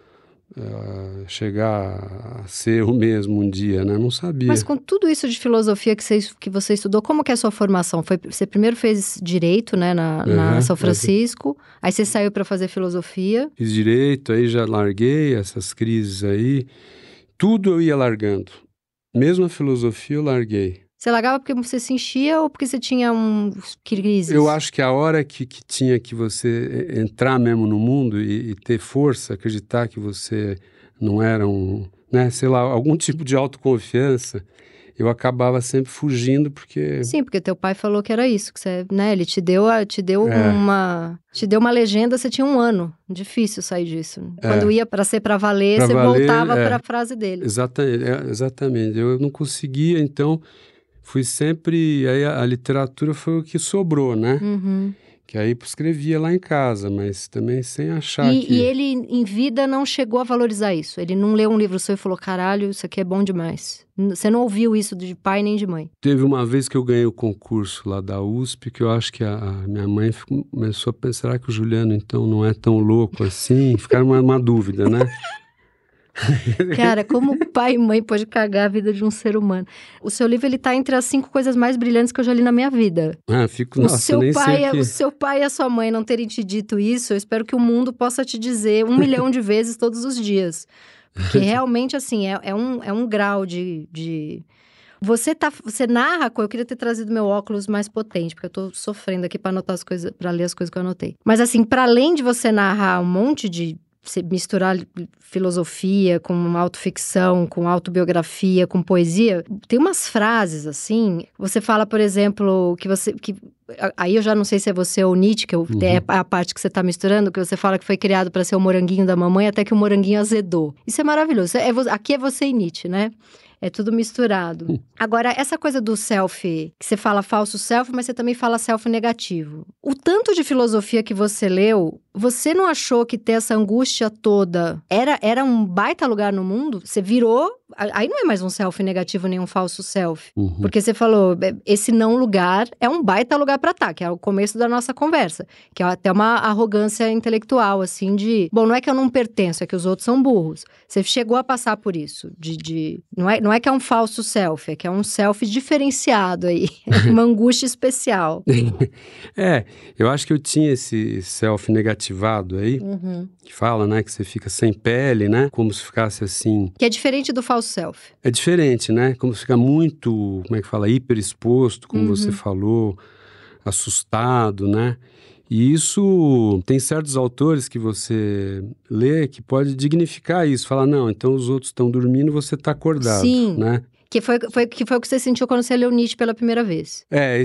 chegar a ser eu mesmo um dia, né? Não sabia. Mas com tudo isso de filosofia que você estudou, como que é a sua formação? Você primeiro fez direito, né, na São Francisco, aí você saiu para fazer filosofia. Fiz direito, aí já larguei essas crises aí. Tudo eu ia largando. Mesmo a filosofia eu larguei. Você largava porque você se enchia ou porque você tinha crises? Eu acho que a hora que tinha que você entrar mesmo no mundo e ter força, acreditar que você não era né, sei lá, algum tipo de autoconfiança, eu acabava sempre fugindo porque... Sim, porque teu pai falou que era isso, que você, né, ele te deu uma legenda, você tinha 1 ano. Difícil sair disso. Quando ia para ser para valer, você voltava para a frase dele. Exatamente. Eu não conseguia, então fui sempre... Aí a literatura foi o que sobrou, né? Uhum. Que aí escrevia lá em casa, mas também sem achar que... E ele, em vida, não chegou a valorizar isso? Ele não leu um livro seu e falou, caralho, isso aqui é bom demais. Você não ouviu isso de pai nem de mãe? Teve uma vez que eu ganhei o concurso lá da USP, que eu acho que a minha mãe começou a pensar, será que o Juliano, então, não é tão louco assim? Ficaram uma dúvida, né? Cara, como pai e mãe pode cagar a vida de um ser humano? O seu livro, ele tá entre as 5 coisas mais brilhantes que eu já li na minha vida. O seu pai e a sua mãe não terem te dito isso, eu espero que o mundo possa te dizer 1 milhão de vezes todos os dias. Porque realmente, assim, é um grau de... Você narra, eu queria ter trazido meu óculos mais potente, porque eu tô sofrendo aqui pra anotar as coisas, pra ler as coisas que eu anotei. Mas assim, para além de você narrar um monte de... Você misturar filosofia com autoficção, com autobiografia, com poesia, tem umas frases assim, você fala, por exemplo, aí eu já não sei se é você ou Nietzsche, que é a parte que você tá misturando, que você fala que foi criado para ser o moranguinho da mamãe, até que o moranguinho azedou. Isso é maravilhoso, aqui é você e Nietzsche, né? É tudo misturado. Agora, essa coisa do self, que você fala falso self, mas você também fala self negativo. O tanto de filosofia que você leu, você não achou que ter essa angústia toda era um baita lugar no mundo? Você virou... Aí não é mais um self negativo, nem um falso self. Porque você falou, esse não lugar é um baita lugar pra estar, que é o começo da nossa conversa. Que é até uma arrogância intelectual, assim, de... Bom, não é que eu não pertenço, é que os outros são burros. Você chegou a passar por isso, não é que é um falso self, é que é um self diferenciado aí. Uma angústia especial. Eu acho que eu tinha esse self negativado aí, que fala, né, que você fica sem pele, né, como se ficasse assim... Que é diferente do falso self. É diferente, né, como se fica muito, como é que fala, hiperexposto, como você falou, assustado, né. E isso, tem certos autores que você lê que pode dignificar isso, falar, não, então os outros estão dormindo, você está acordado, Sim. né? Que foi o que você sentiu quando você leu Nietzsche pela primeira vez.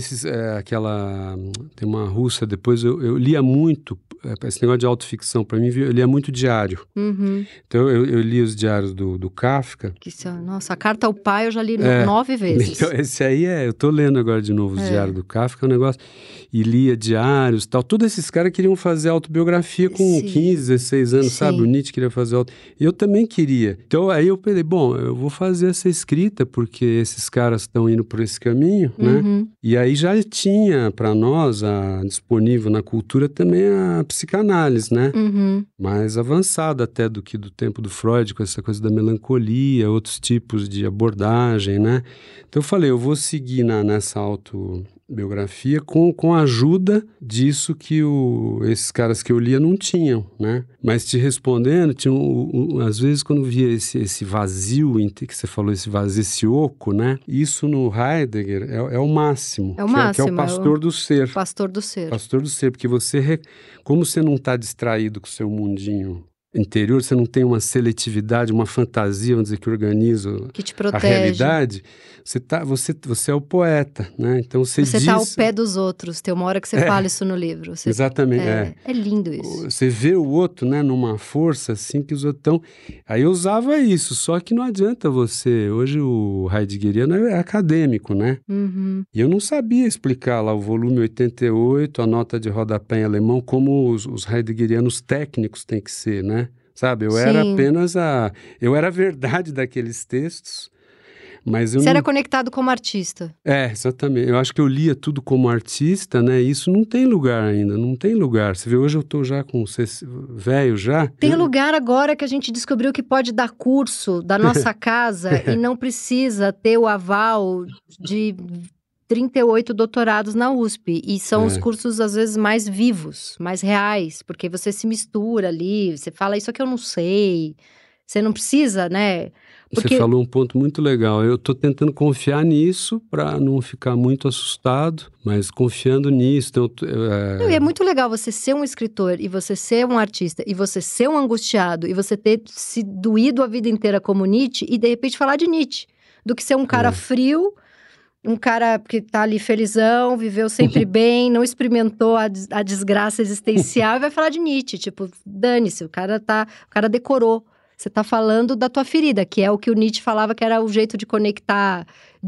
Tem uma russa, depois eu lia muito, esse negócio de autoficção, para mim, eu lia muito diário. Então eu li os diários do Kafka. Nossa, a Carta ao Pai eu já li 9 vezes. Então esse aí eu tô lendo agora de novo os diários do Kafka, é um negócio, e lia diários e tal. Todos esses caras queriam fazer autobiografia com 15, 16 anos, sabe? O Nietzsche queria fazer e eu também queria. Então aí eu pensei, bom, eu vou fazer essa escrita, porque esses caras estão indo por esse caminho, né? E aí já tinha para nós, disponível na cultura também a psicanálise, né? Mais avançada até do que do tempo do Freud, com essa coisa da melancolia, outros tipos de abordagem, né? Então eu falei, eu vou seguir nessa autobiografia com a ajuda disso que esses caras que eu lia não tinham, né? Mas te respondendo, às vezes quando via esse vazio, que você falou, esse vazio, esse oco, né? Isso no Heidegger é o máximo. É o máximo. Que é o pastor do ser. Pastor do ser. Pastor do ser, porque como você não está distraído com o seu mundinho interior, você não tem uma seletividade, uma fantasia, vamos dizer, que organiza que te protege. A realidade, você é o poeta, né? Então você está ao pé dos outros, tem uma hora que você fala isso no livro. Exatamente, É lindo isso. Você vê o outro, né, numa força assim que os outros estão... Aí eu usava isso, só que não adianta hoje o heideggeriano é acadêmico, né? E eu não sabia explicar lá o volume 88, a nota de rodapé em alemão, como os heideggerianos técnicos têm que ser, né? Sabe, eu era apenas eu era a verdade daqueles textos, Mas você era conectado como artista. Exatamente. Eu acho que eu lia tudo como artista, né? Isso não tem lugar ainda, não tem lugar. Você vê, hoje eu tô já com velho já. Tem lugar agora que a gente descobriu que pode dar curso da nossa casa e não precisa ter o aval de 38 doutorados na USP. E são os cursos, às vezes, mais vivos, mais reais. Porque você se mistura ali, você fala, isso aqui eu não sei. Você não precisa, né? Você falou um ponto muito legal. Eu tô tentando confiar nisso para não ficar muito assustado, mas confiando nisso. Então, é muito legal você ser um escritor e você ser um artista e você ser um angustiado e você ter se doído a vida inteira como Nietzsche e, de repente, falar de Nietzsche. Do que ser um cara frio... Um cara que tá ali felizão, viveu sempre bem, não experimentou a desgraça existencial e vai falar de Nietzsche. Tipo, dane-se, o cara decorou. Você tá falando da tua ferida, que é o que o Nietzsche falava que era o jeito de conectar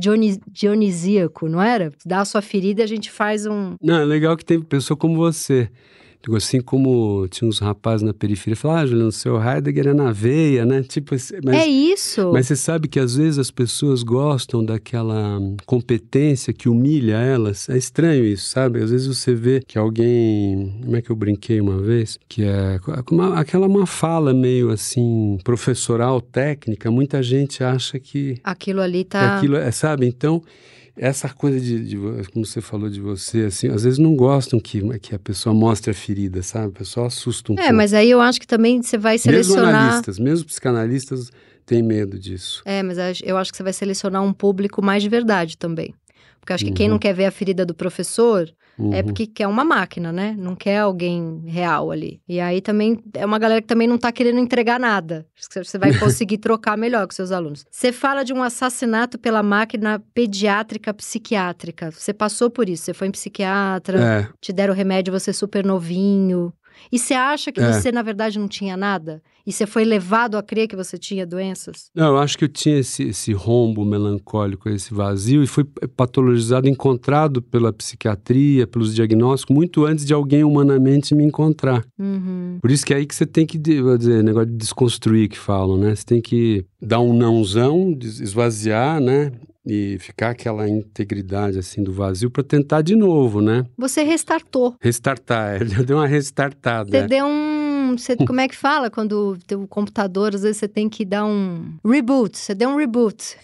dionisíaco, não era? Dá a sua ferida e a gente faz um... Não, é legal que tem pessoa como você. Assim como tinha uns rapazes na periferia, falavam, Juliano, o seu Heidegger é na veia, né? Tipo, mas, é isso! Mas você sabe que às vezes as pessoas gostam daquela competência que humilha elas. É estranho isso, sabe? Às vezes você vê que alguém... Como é que eu brinquei uma vez? Que é uma fala meio assim, professoral, técnica. Muita gente acha que... Aquilo ali tá... sabe? Então... Essa coisa como você falou de você, assim, às vezes não gostam que a pessoa mostre a ferida, sabe? A pessoa assusta um pouco. Mas aí eu acho que também você vai selecionar... Mesmo psicanalistas têm medo disso. Mas eu acho que você vai selecionar um público mais de verdade também. Porque eu acho que quem não quer ver a ferida do professor... É porque quer uma máquina, né? Não quer alguém real ali. E aí também é uma galera que também não tá querendo entregar nada. Você vai conseguir trocar melhor com seus alunos. Você fala de um assassinato pela máquina pediátrica psiquiátrica. Você passou por isso. Você foi em psiquiatra, te deram remédio, você super novinho. E você acha que você, na verdade, não tinha nada? E você foi levado a crer que você tinha doenças? Não, eu acho que eu tinha esse rombo melancólico, esse vazio, e foi patologizado, encontrado pela psiquiatria, pelos diagnósticos, muito antes de alguém humanamente me encontrar. Por isso que é aí que você tem que, vou dizer, negócio de desconstruir que falam, né? Você tem que dar um nãozão, esvaziar, né? E ficar aquela integridade, assim, do vazio para tentar de novo, né? Você restartou. Eu dei uma restartada. Você deu como é que fala quando tem o computador, às vezes você tem que dar um reboot. Você deu um reboot.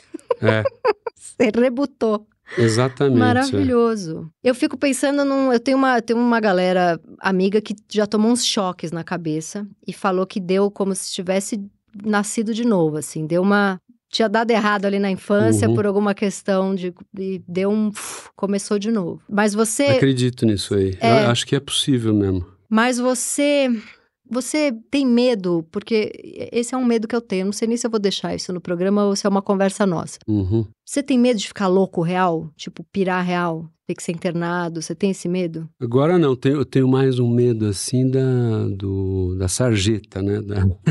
Você rebootou. Exatamente. Maravilhoso. Eu fico pensando eu tenho uma galera amiga que já tomou uns choques na cabeça e falou que deu como se tivesse nascido de novo, assim. Tinha dado errado ali na infância por alguma questão e começou de novo. Mas você... Acredito nisso aí. Eu acho que é possível mesmo. Mas você tem medo, porque esse é um medo que eu tenho. Não sei nem se eu vou deixar isso no programa ou se é uma conversa nossa. Você tem medo de ficar louco real? Tipo, pirar real? Ter que ser internado? Você tem esse medo? Agora não. Eu tenho mais um medo, assim, da sarjeta, né?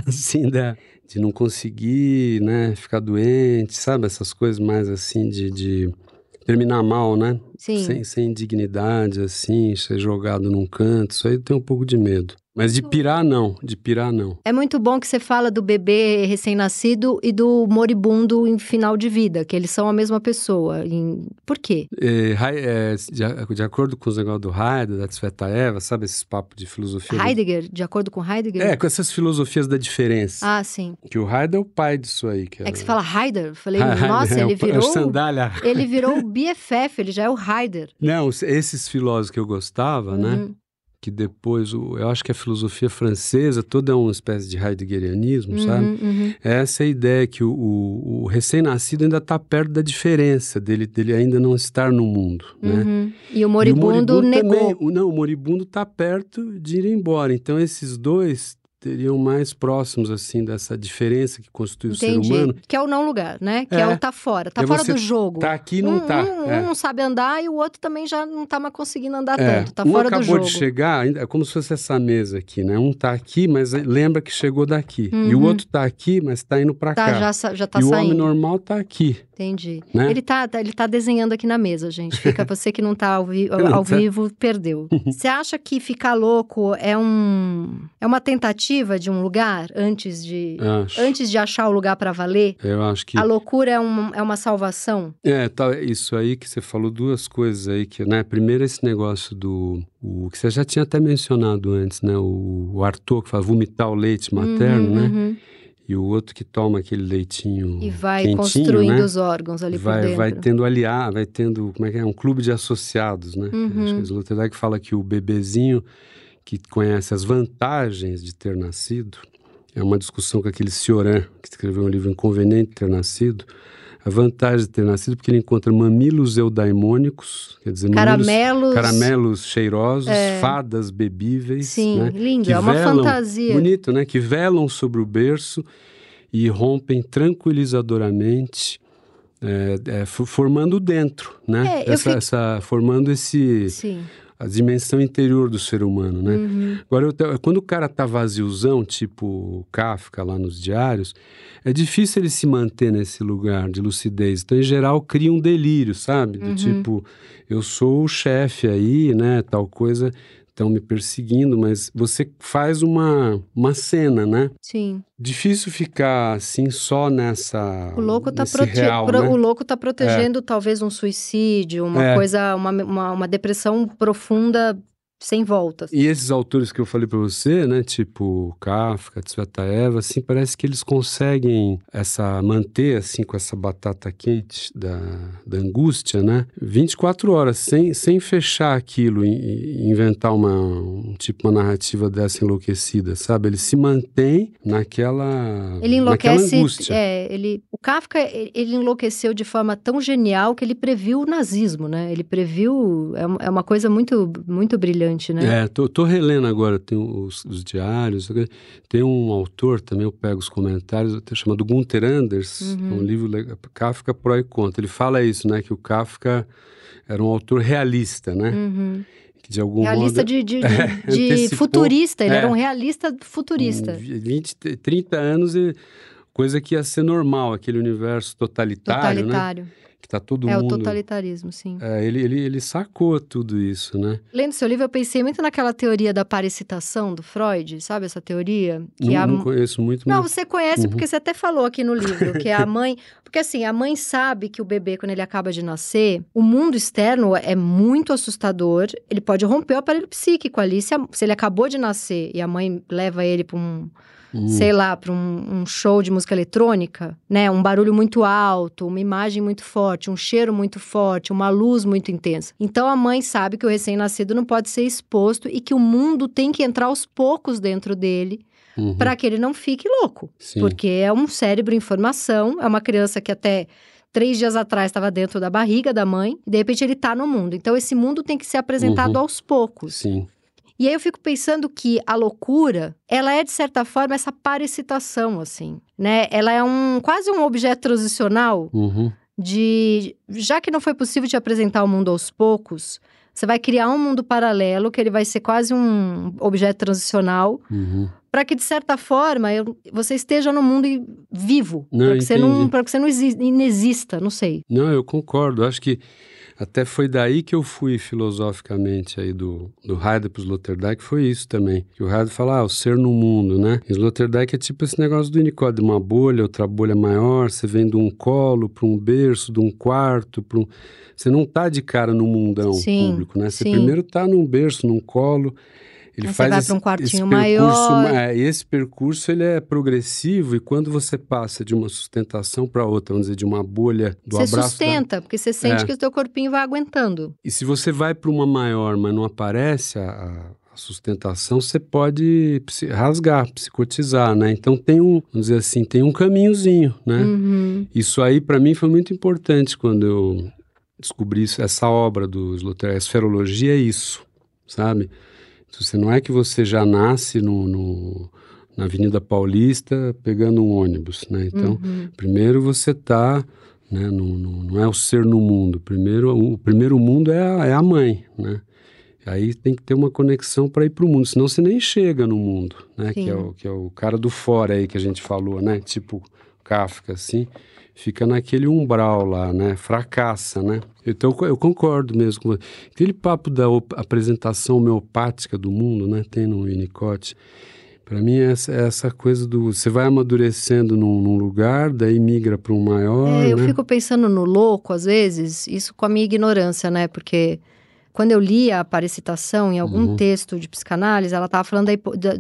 De não conseguir, né? Ficar doente, sabe? Essas coisas mais, assim, de terminar mal, né? Sim. Sem dignidade, assim, ser jogado num canto. Isso aí eu tenho um pouco de medo. Mas de pirar, não. É muito bom que você fala do bebê recém-nascido e do moribundo em final de vida, que eles são a mesma pessoa. Por quê? De acordo com os negócios do Heidegger, da Tsvetaeva, sabe esses papos de filosofia? Heidegger? De acordo com Heidegger? Com essas filosofias da diferença. Ah, sim. Que o Heidegger é o pai disso aí. Que você fala Heidegger? Eu falei, nossa, ele virou... sandália. Ele virou o BFF, ele já é o Heidegger. Não, esses filósofos que eu gostava, né? Que depois, eu acho que a filosofia francesa toda é uma espécie de heideggerianismo, sabe? Essa é a ideia que o recém-nascido ainda está perto da diferença dele ainda não estar no mundo, né? E o moribundo negou. Também, o moribundo está perto de ir embora. Então, esses dois teriam mais próximos, assim, dessa diferença que constitui o ser humano. Que é o não lugar, né? Que é o tá fora. Tá fora do jogo. Tá aqui e não tá. Um não sabe andar e o outro também já não tá mais conseguindo andar tanto. Tá fora do jogo. Acabou de chegar, é como se fosse essa mesa aqui, né? Um tá aqui, mas lembra que chegou daqui. E o outro tá aqui, mas tá indo pra cá. Já tá saindo. E o homem normal tá aqui. Entendi. Né? Ele tá desenhando aqui na mesa, gente. Fica você que não tá ao vivo, perdeu. Você acha que ficar louco é uma tentativa tentativa de um lugar antes de achar o lugar para valer? Eu acho que... A loucura é uma salvação? Isso aí que você falou, duas coisas aí, que, né? Primeiro, esse negócio o que você já tinha até mencionado antes, né? O Arthur, que fala vomitar o leite materno, né? E o outro que toma aquele leitinho e vai quentinho, construindo, né? Os órgãos ali por dentro. Vai tendo vai tendo, como é que é? Um clube de associados, né? Acho que Sloterdijk fala que o bebezinho que conhece as vantagens de ter nascido, é uma discussão com aquele Cioran, que escreveu um livro Inconveniente de Ter Nascido, a vantagem de ter nascido porque ele encontra mamilos eudaimônicos, quer dizer, caramelos cheirosos, fadas bebíveis. Sim, né? Lindo, é uma fantasia. Bonito, né? Que velam sobre o berço e rompem tranquilizadoramente, formando dentro, né? Formando a dimensão interior do ser humano, né? Agora, quando o cara tá vaziozão, tipo Kafka lá nos diários, é difícil ele se manter nesse lugar de lucidez. Então, em geral, cria um delírio, sabe? Do tipo, eu sou o chefe aí, né? Tal coisa, estão me perseguindo, mas você faz uma cena, né? Sim. Difícil ficar assim só nessa... O louco tá né? O louco tá protegendo talvez um suicídio, uma coisa, uma depressão profunda sem voltas. E esses autores que eu falei para você, né, tipo Kafka, Tsvetaeva, assim, parece que eles conseguem manter, assim, com essa batata quente da angústia, né, 24 horas, sem fechar aquilo e inventar uma narrativa dessa enlouquecida, sabe? Ele se mantém naquela angústia. O Kafka, ele enlouqueceu de forma tão genial que ele previu o nazismo, né? Ele previu, é uma coisa muito, muito brilhante. Né? Tô relendo agora, tem os diários, tem um autor também, eu pego os comentários, chamado Gunther Anders, um livro Kafka Pró e Contra. Ele fala isso, né, que o Kafka era um autor realista, né? Que de algum realista modo... de futurista, ele era um realista futurista. 20, 30 anos, coisa que ia ser normal, aquele universo totalitário. Né? Que tá todo mundo... o totalitarismo, sim. Ele sacou tudo isso, né? Lendo seu livro, eu pensei muito naquela teoria da parasitação do Freud, sabe essa teoria? Que não conheço muito. Não, você conhece porque você até falou aqui no livro, que a mãe... Porque assim, a mãe sabe que o bebê, quando ele acaba de nascer, o mundo externo é muito assustador, ele pode romper o aparelho psíquico ali, se ele acabou de nascer e a mãe leva ele para sei lá, para um show de música eletrônica, né? Um barulho muito alto, uma imagem muito forte, um cheiro muito forte, uma luz muito intensa. Então, a mãe sabe que o recém-nascido não pode ser exposto e que o mundo tem que entrar aos poucos dentro dele para que ele não fique louco. Sim. Porque é um cérebro em formação, é uma criança que até 3 dias atrás estava dentro da barriga da mãe, e de repente ele está no mundo. Então, esse mundo tem que ser apresentado aos poucos. Sim. E aí eu fico pensando que a loucura, ela é, de certa forma, essa parasitação, assim, né? Ela é quase um objeto transicional já que não foi possível te apresentar o mundo aos poucos, você vai criar um mundo paralelo, que ele vai ser quase um objeto transicional, para que, de certa forma, você esteja no mundo vivo, para que você não inexista, não sei. Não, eu concordo, acho que até foi daí que eu fui filosoficamente aí do Heidegger para o Sloterdijk, foi isso também. Que o Heidegger fala, o ser no mundo, né? E o Sloterdijk é tipo esse negócio do Winnicott, de uma bolha, outra bolha maior, você vem de um colo para um berço, de um quarto para Você não tá de cara no mundão público, né? Você primeiro tá num berço, num colo... Ele faz vai para um quartinho maior. Esse percurso ele é progressivo e quando você passa de uma sustentação para outra, vamos dizer, de uma bolha do abraço... Você sustenta, porque você sente que o teu corpinho vai aguentando. E se você vai para uma maior, mas não aparece a sustentação, você pode rasgar, psicotizar, né? Então vamos dizer assim, tem um caminhozinho, né? Isso aí para mim foi muito importante quando eu descobri essa obra do Sloterdijk. A esferologia é isso, sabe? Não é que você já nasce na Avenida Paulista pegando um ônibus, né? Então, primeiro você está, né, não é o ser no mundo. O primeiro mundo é a mãe, né? Aí tem que ter uma conexão para ir para o mundo, senão você nem chega no mundo, né? Que é o cara do fora aí que a gente falou, né? Tipo Kafka, assim. Fica naquele umbral lá, né? Fracassa, né? Então, eu concordo mesmo com você. Aquele papo da apresentação homeopática do mundo, né? Tem no Winnicott. Para mim, essa coisa do... Você vai amadurecendo num lugar, daí migra para um maior, Eu né? fico pensando no louco, às vezes, isso com a minha ignorância, né? Porque quando eu li a parasitação em algum texto de psicanálise, ela estava falando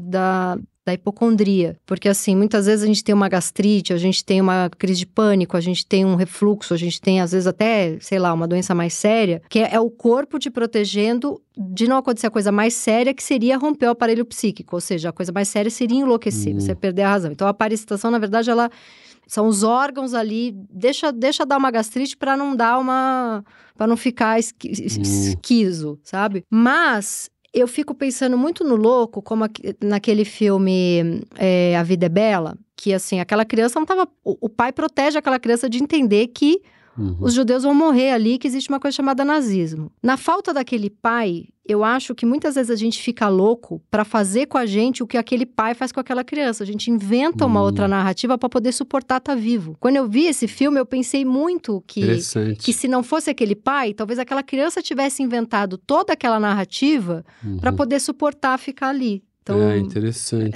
da hipocondria. Porque, assim, muitas vezes a gente tem uma gastrite, a gente tem uma crise de pânico, a gente tem um refluxo, a gente tem, às vezes, até, sei lá, uma doença mais séria, que é o corpo te protegendo de não acontecer a coisa mais séria, que seria romper o aparelho psíquico. Ou seja, a coisa mais séria seria enlouquecer, você perder a razão. Então, a parasitação, na verdade, ela... São os órgãos ali, deixa dar uma gastrite para não dar para não ficar esquizo, sabe? Mas eu fico pensando muito no louco, como naquele filme A Vida é Bela, que assim, aquela criança não tava... O pai protege aquela criança de entender que os judeus vão morrer ali, que existe uma coisa chamada nazismo. Na falta daquele pai, eu acho que muitas vezes a gente fica louco para fazer com a gente o que aquele pai faz com aquela criança. A gente inventa uma outra narrativa para poder suportar estar vivo. Quando eu vi esse filme, eu pensei muito que se não fosse aquele pai, talvez aquela criança tivesse inventado toda aquela narrativa para poder suportar ficar ali. Então, interessante.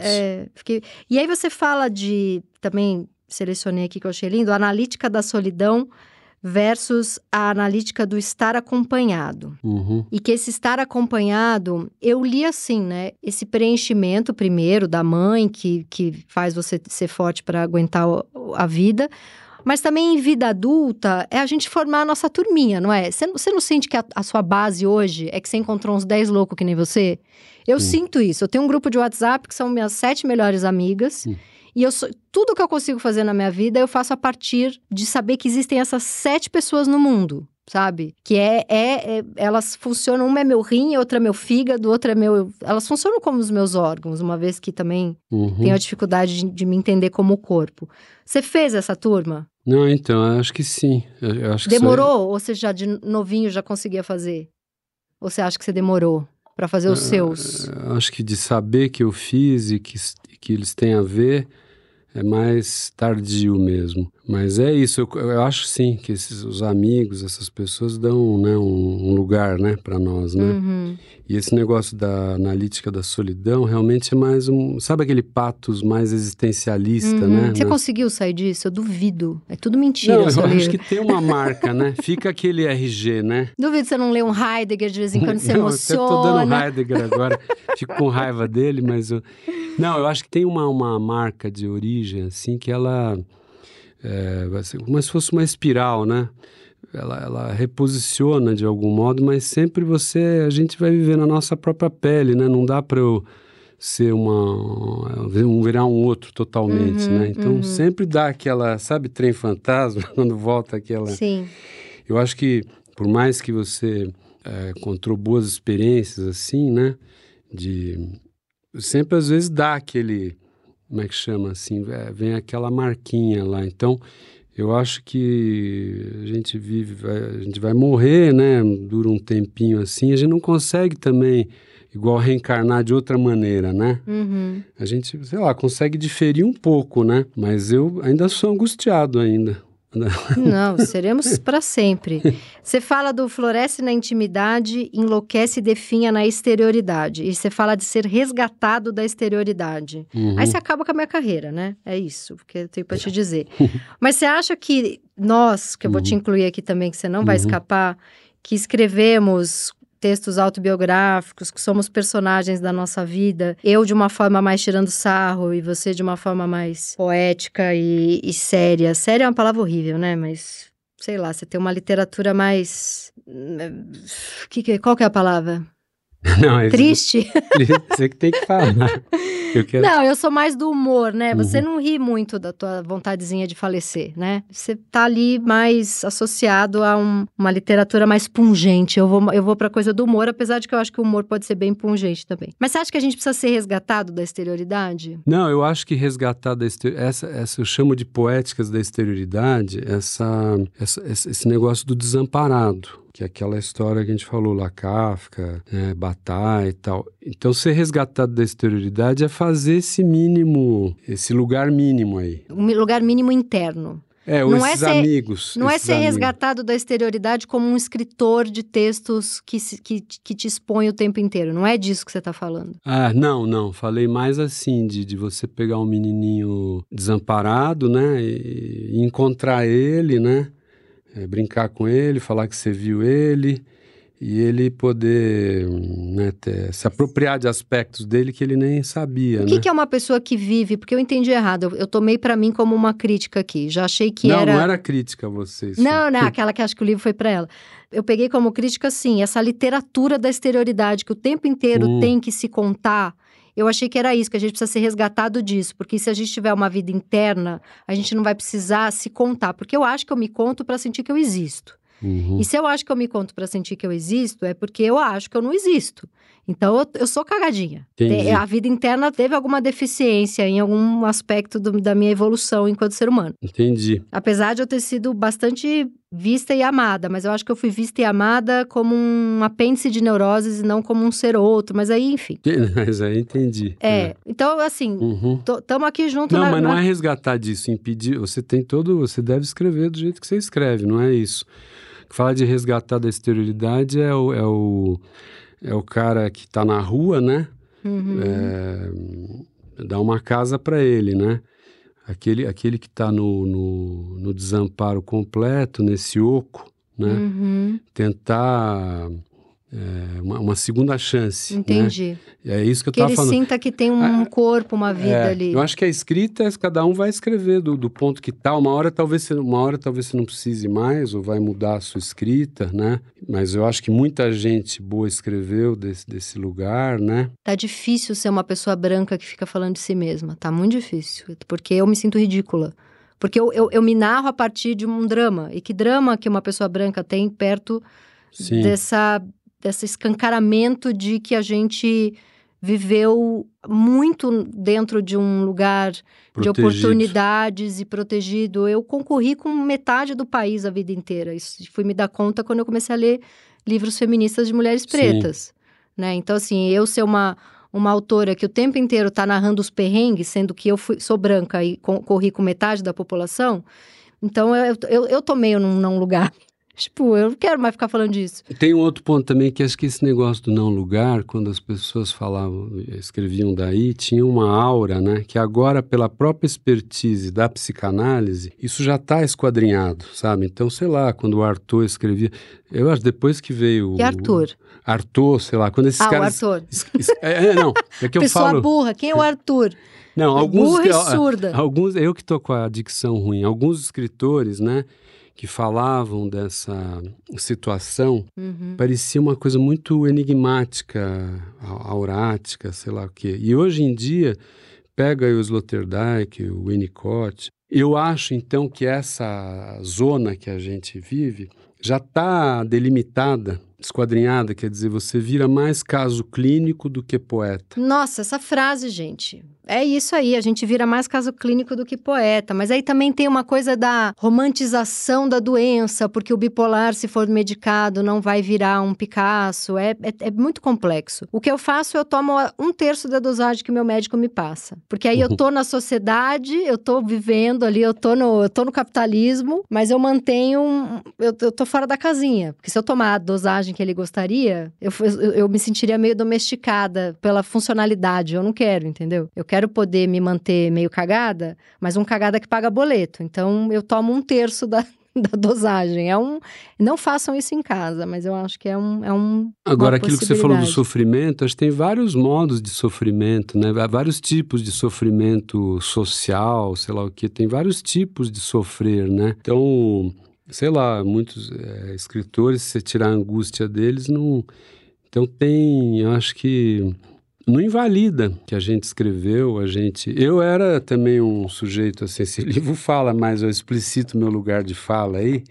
E aí você fala também selecionei aqui que eu achei lindo, a analítica da solidão versus a analítica do estar acompanhado. E que esse estar acompanhado, eu li assim, né? Esse preenchimento primeiro da mãe, que faz você ser forte para aguentar a vida, mas também em vida adulta, é a gente formar a nossa turminha, não é? Você não sente que a sua base hoje é que você encontrou uns 10 loucos que nem você? Eu sinto isso. Eu tenho um grupo de WhatsApp que são minhas 7 melhores amigas. E tudo que eu consigo fazer na minha vida, eu faço a partir de saber que existem essas 7 pessoas no mundo, sabe? Que elas funcionam, uma é meu rim, outra é meu fígado, outra é meu... Elas funcionam como os meus órgãos, uma vez que também tenho a dificuldade de me entender como corpo. Você fez essa turma? Não, então, eu acho que sim. Eu acho que demorou? Ou você já de novinho já conseguia fazer? Ou você acha que você demorou para fazer os seus? Acho que de saber que eu fiz e que eles têm a ver... É mais tardio mesmo. Mas é isso, eu acho sim que os amigos, essas pessoas dão, né, um lugar, né, para nós, né? E esse negócio da analítica da solidão realmente é mais sabe aquele patos mais existencialista, né? Você conseguiu sair disso? Eu duvido. É tudo mentira. Não, eu acho que tem uma marca, né? Fica aquele RG, né? Duvido você não ler um Heidegger de vez em quando, você emociona. Eu até tô dando Heidegger agora, fico com raiva dele, mas Não, eu acho que tem uma marca de origem, assim, que ela vai ser como se fosse uma espiral, né? Ela reposiciona de algum modo, mas sempre a gente vai viver na nossa própria pele, né? Não dá para eu ser virar um outro totalmente, né? Então, sempre dá aquela, sabe, trem fantasma, quando volta aquela... Sim. Eu acho que, por mais que você encontrou boas experiências, assim, né? Sempre, às vezes, dá aquele... Como é que chama, assim? Vem aquela marquinha lá. Então, eu acho que a gente vai morrer, né? Dura um tempinho assim. A gente não consegue também, igual, reencarnar de outra maneira, né? A gente, sei lá, consegue diferir um pouco, né? Mas eu ainda sou angustiado ainda. Não, seremos para sempre. Você fala do floresce na intimidade, enlouquece e definha na exterioridade. E você fala de ser resgatado da exterioridade. Aí você acaba com a minha carreira, né? É isso, porque eu tenho para te dizer. Mas você acha que nós, que eu vou te incluir aqui também, que você não vai escapar, que escrevemos textos autobiográficos, que somos personagens da nossa vida, eu de uma forma mais tirando sarro e você de uma forma mais poética e séria. Séria é uma palavra horrível, né? Mas, sei lá, você tem uma literatura mais... Qual que é a palavra? Não, triste? Você que tem que falar. Não, eu sou mais do humor, né? Você não ri muito da tua vontadezinha de falecer, né? Você tá ali mais associado a uma literatura mais pungente. Eu vou pra coisa do humor, apesar de que eu acho que o humor pode ser bem pungente também. Mas você acha que a gente precisa ser resgatado da exterioridade? Não, eu acho que resgatar da exterioridade... Essa eu chamo de poéticas da exterioridade, esse negócio do desamparado. Que é aquela história que a gente falou lá, Kafka, Bataille e tal. Então, ser resgatado da exterioridade é fazer esse lugar mínimo aí. Um lugar mínimo interno. Não esses amigos. Não é esses ser amigos. resgatado da exterioridade como um escritor de textos que te expõe o tempo inteiro. Não é disso que você está falando. Não. Falei mais assim, de você pegar um menininho desamparado, né? E encontrar ele, né? Brincar com ele, falar que você viu ele. E ele poder, né, se apropriar de aspectos dele que ele nem sabia, O que é uma pessoa que vive? Porque eu entendi errado. Eu tomei pra mim como uma crítica aqui. Já achei que Não era crítica a vocês. Não, aquela que acho que o livro foi pra ela. Eu peguei como crítica, sim, essa literatura da exterioridade que o tempo inteiro tem que se contar. Eu achei que era isso, que a gente precisa ser resgatado disso. Porque se a gente tiver uma vida interna, a gente não vai precisar se contar. Porque eu acho que eu me conto pra sentir que eu existo. E se eu acho que eu me conto pra sentir que eu existo, é porque eu acho que eu não existo. Então, eu sou cagadinha. A vida interna teve alguma deficiência em algum aspecto da minha evolução enquanto ser humano. Entendi. Apesar de eu ter sido bastante vista e amada, mas eu acho que eu fui vista e amada como um apêndice de neuroses e não como um ser outro, mas aí, enfim. Mas aí entendi. Então, assim, estamos aqui junto Não, mas não é resgatar disso, impedir. Você deve escrever do jeito que você escreve, não é isso. Falar de resgatar da exterioridade é o cara que está na rua, né? Dá uma casa para ele, né? Aquele que está no desamparo completo, nesse oco, né? Tentar uma segunda chance. Entendi. Né? É isso que eu estava falando. Que ele sinta que tem um corpo, uma vida ali. Eu acho que a escrita, cada um vai escrever do ponto que está. Uma hora talvez você não precise mais, ou vai mudar a sua escrita, né? Mas eu acho que muita gente boa escreveu desse lugar, né? Tá difícil ser uma pessoa branca que fica falando de si mesma. Tá muito difícil. Porque eu me sinto ridícula. Porque eu me narro a partir de um drama. E que drama que uma pessoa branca tem perto desse escancaramento de que a gente viveu muito dentro de um lugar de oportunidades e protegido. Eu concorri com metade do país a vida inteira. Isso fui me dar conta quando eu comecei a ler livros feministas de mulheres pretas. Né? Então, assim, eu ser uma autora que o tempo inteiro está narrando os perrengues, sendo que sou branca e corri com metade da população, então eu tô meio num lugar. Tipo, eu não quero mais ficar falando disso. Tem um outro ponto também, que acho que esse negócio do não lugar, quando as pessoas falavam, escreviam daí, tinha uma aura, né? Que agora, pela própria expertise da psicanálise, isso já está esquadrinhado, sabe? Então, sei lá, quando o Arthur escrevia... Eu acho, depois que veio... Que Arthur? Arthur, sei lá, quando esses caras... o Arthur. É que eu Pessoa falo... burra, quem é o Arthur? Não, alguns... Burra e surda. Eu que tô com a dicção ruim. Alguns escritores, né? Que falavam dessa situação, parecia uma coisa muito enigmática, aurática, sei lá o quê. E hoje em dia, pega aí o Sloterdijk, o Winnicott, eu acho então que essa zona que a gente vive já está delimitada, esquadrinhada, quer dizer, você vira mais caso clínico do que poeta. Nossa, essa frase, gente, é isso aí, a gente vira mais caso clínico do que poeta, mas aí também tem uma coisa da romantização da doença, porque o bipolar, se for medicado, não vai virar um Picasso, é muito complexo. O que eu faço, eu tomo 1/3 da dosagem que meu médico me passa, porque aí eu tô na sociedade, eu tô vivendo ali, eu tô no capitalismo, mas eu mantenho, eu tô fora da casinha, porque se eu tomar a dosagem que ele gostaria, eu me sentiria meio domesticada pela funcionalidade, eu não quero, entendeu? Eu quero poder me manter meio cagada, mas um cagada que paga boleto. Então, eu tomo 1/3 da dosagem. Não façam isso em casa, mas eu acho que é Agora, aquilo que você falou do sofrimento, acho que tem vários modos de sofrimento, né? Vários tipos de sofrimento social, sei lá o quê. Tem vários tipos de sofrer, né? Então, sei lá, muitos escritores, se você tirar a angústia deles, não... Então eu acho que... Não invalida que a gente escreveu, Eu era também um sujeito, assim, esse livro fala, mas eu explicito meu lugar de fala aí,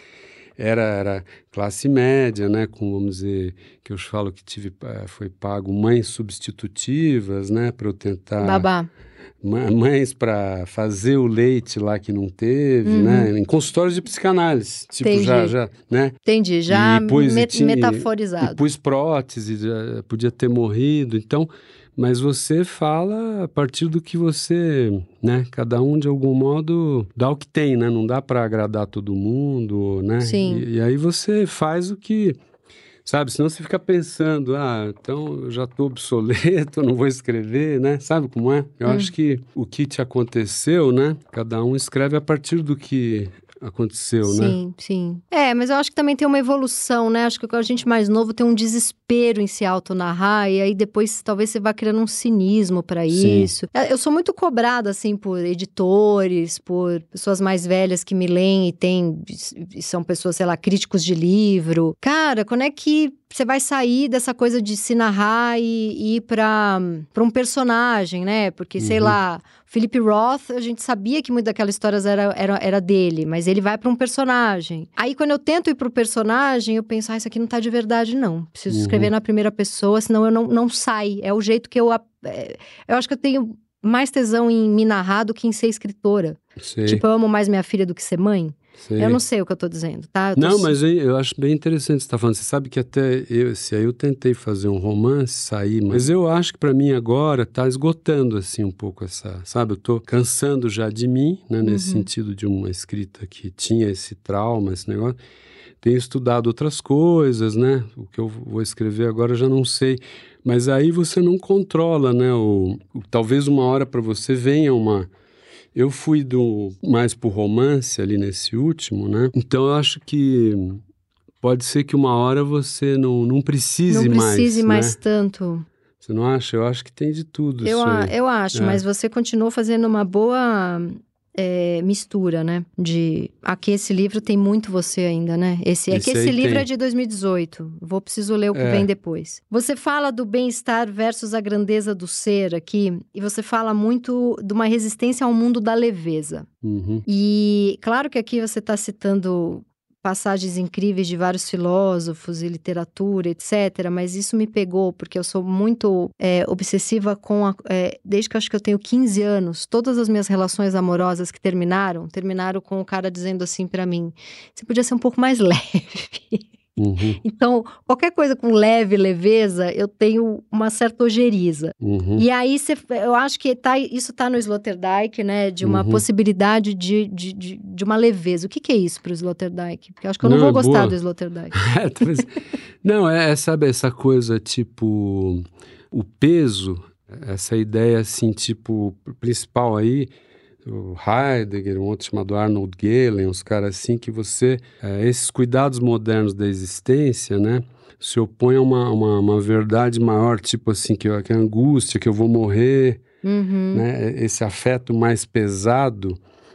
era classe média, né, com, vamos dizer, que eu falo que foi pago mães substitutivas, né, para eu tentar... Babá. Mães para fazer o leite lá que não teve, né? Em consultórios de psicanálise. Tipo, entendi. já, né? Entendi, já metaforizado. E pus prótese, já podia ter morrido. Então, Mas você fala a partir do que você, né? Cada um, de algum modo, dá o que tem, né? Não dá para agradar todo mundo, né? Sim. E aí você faz o que... Sabe, senão você fica pensando, então eu já estou obsoleto, não vou escrever, né? Sabe como é? Eu acho que o que te aconteceu, né? Cada um escreve a partir do que aconteceu, né? Sim, sim. Mas eu acho que também tem uma evolução, né? Acho que a gente mais novo tem um desespero em se auto-narrar, e aí depois talvez você vá criando um cinismo pra isso. Eu sou muito cobrada, assim, por editores, por pessoas mais velhas que me leem e são pessoas, sei lá, críticos de livro. Cara, quando é que você vai sair dessa coisa de se narrar e ir pra um personagem, né? Porque, sei lá, Philip Roth, a gente sabia que muitas daquelas histórias era dele, mas ele vai pra um personagem. Aí, quando eu tento ir pro personagem, eu penso, isso aqui não tá de verdade, não. Preciso escrever na primeira pessoa, senão eu não sai. É o jeito que eu acho que eu tenho mais tesão em me narrar do que em ser escritora. Sei. Tipo, eu amo mais minha filha do que ser mãe. Sei. Eu não sei o que eu tô dizendo, tá? Mas eu acho bem interessante você estar falando. Você sabe que até eu tentei fazer um romance, sair, mas eu acho que para mim agora tá esgotando, assim, um pouco sabe? Eu tô cansando já de mim, né? Nesse sentido de uma escrita que tinha esse trauma, esse negócio. Tenho estudado outras coisas, né? O que eu vou escrever agora eu já não sei. Mas aí você não controla, né? Talvez uma hora para você venha uma... Eu fui mais pro romance ali nesse último, né? Então eu acho que pode ser que uma hora você não precise mais. Não precise mais né? tanto. Você não acha? Eu acho que tem de tudo isso aí. Eu acho, mas você continuou fazendo uma boa mistura, né? Aqui esse livro tem muito você ainda, né? Esse livro é de 2018. Preciso ler o que vem depois. Você fala do bem-estar versus a grandeza do ser aqui, e você fala muito de uma resistência ao mundo da leveza. E claro que aqui você está citando passagens incríveis de vários filósofos e literatura, etc. Mas isso me pegou, porque eu sou muito obsessiva desde que eu acho que eu tenho 15 anos. Todas as minhas relações amorosas que terminaram com o cara dizendo assim pra mim: você podia ser um pouco mais leve. Então, qualquer coisa com leveza, eu tenho uma certa ojeriza. E aí, eu acho que isso tá no Sloterdijk, né? De uma possibilidade de uma leveza. O que é isso pro Sloterdijk? Porque eu acho que eu não vou gostar do Sloterdijk. Não, sabe, essa coisa, tipo, o peso, essa ideia, assim, tipo, principal aí, o Heidegger, um outro chamado Arnold Gehlen, uns caras assim, que esses cuidados modernos da existência, né, se opõem a uma verdade maior, tipo assim, que é a angústia, que eu vou morrer, né, esse afeto mais pesado,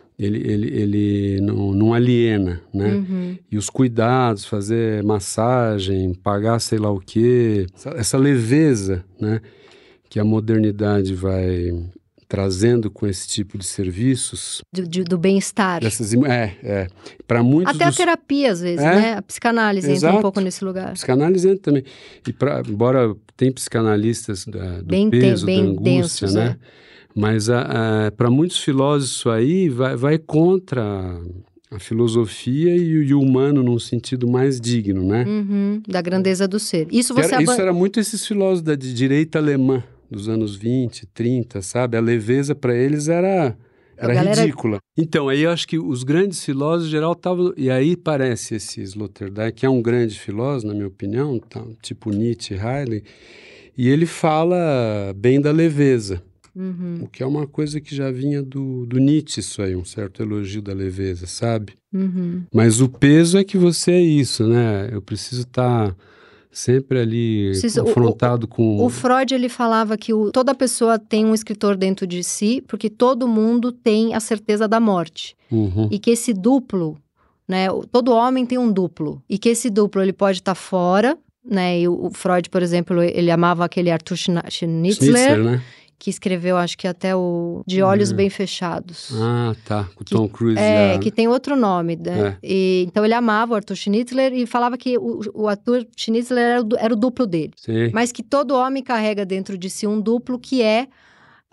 ele não aliena, né, e os cuidados, fazer massagem, pagar sei lá o quê, essa leveza, né, que a modernidade vai trazendo com esse tipo de serviços. Do bem-estar. Para muitos até a terapia, às vezes, né? A psicanálise entra um pouco nesse lugar. Psicanálise entra também. Embora tem psicanalistas do peso, da angústia, densos, né? Mas para muitos filósofos isso aí vai contra a filosofia e o humano num sentido mais digno, né? Da grandeza do ser. Isso era muito esses filósofos da direita alemã dos anos 20, 30, sabe? A leveza para eles era ridícula. Então, aí eu acho que os grandes filósofos, em geral, estavam... E aí parece esse Sloterdijk, que é um grande filósofo, na minha opinião, tipo Nietzsche, Heidegger, e ele fala bem da leveza. O que é uma coisa que já vinha do Nietzsche, isso aí, um certo elogio da leveza, sabe? Mas o peso é que você é isso, né? Eu preciso estar... sempre ali confrontado com... O Freud, ele falava que toda pessoa tem um escritor dentro de si, porque todo mundo tem a certeza da morte. E que esse duplo, né? Todo homem tem um duplo. E que esse duplo, ele pode estar fora, né? E o Freud, por exemplo, ele amava aquele Arthur Schnitzler, né? Que escreveu, acho que até o De Olhos Bem Fechados. Ah, tá. Com o Tom Cruise. Que tem outro nome, né? Então ele amava o Arthur Schnitzler e falava que o Arthur Schnitzler era o duplo dele. Sim. Mas que todo homem carrega dentro de si um duplo que é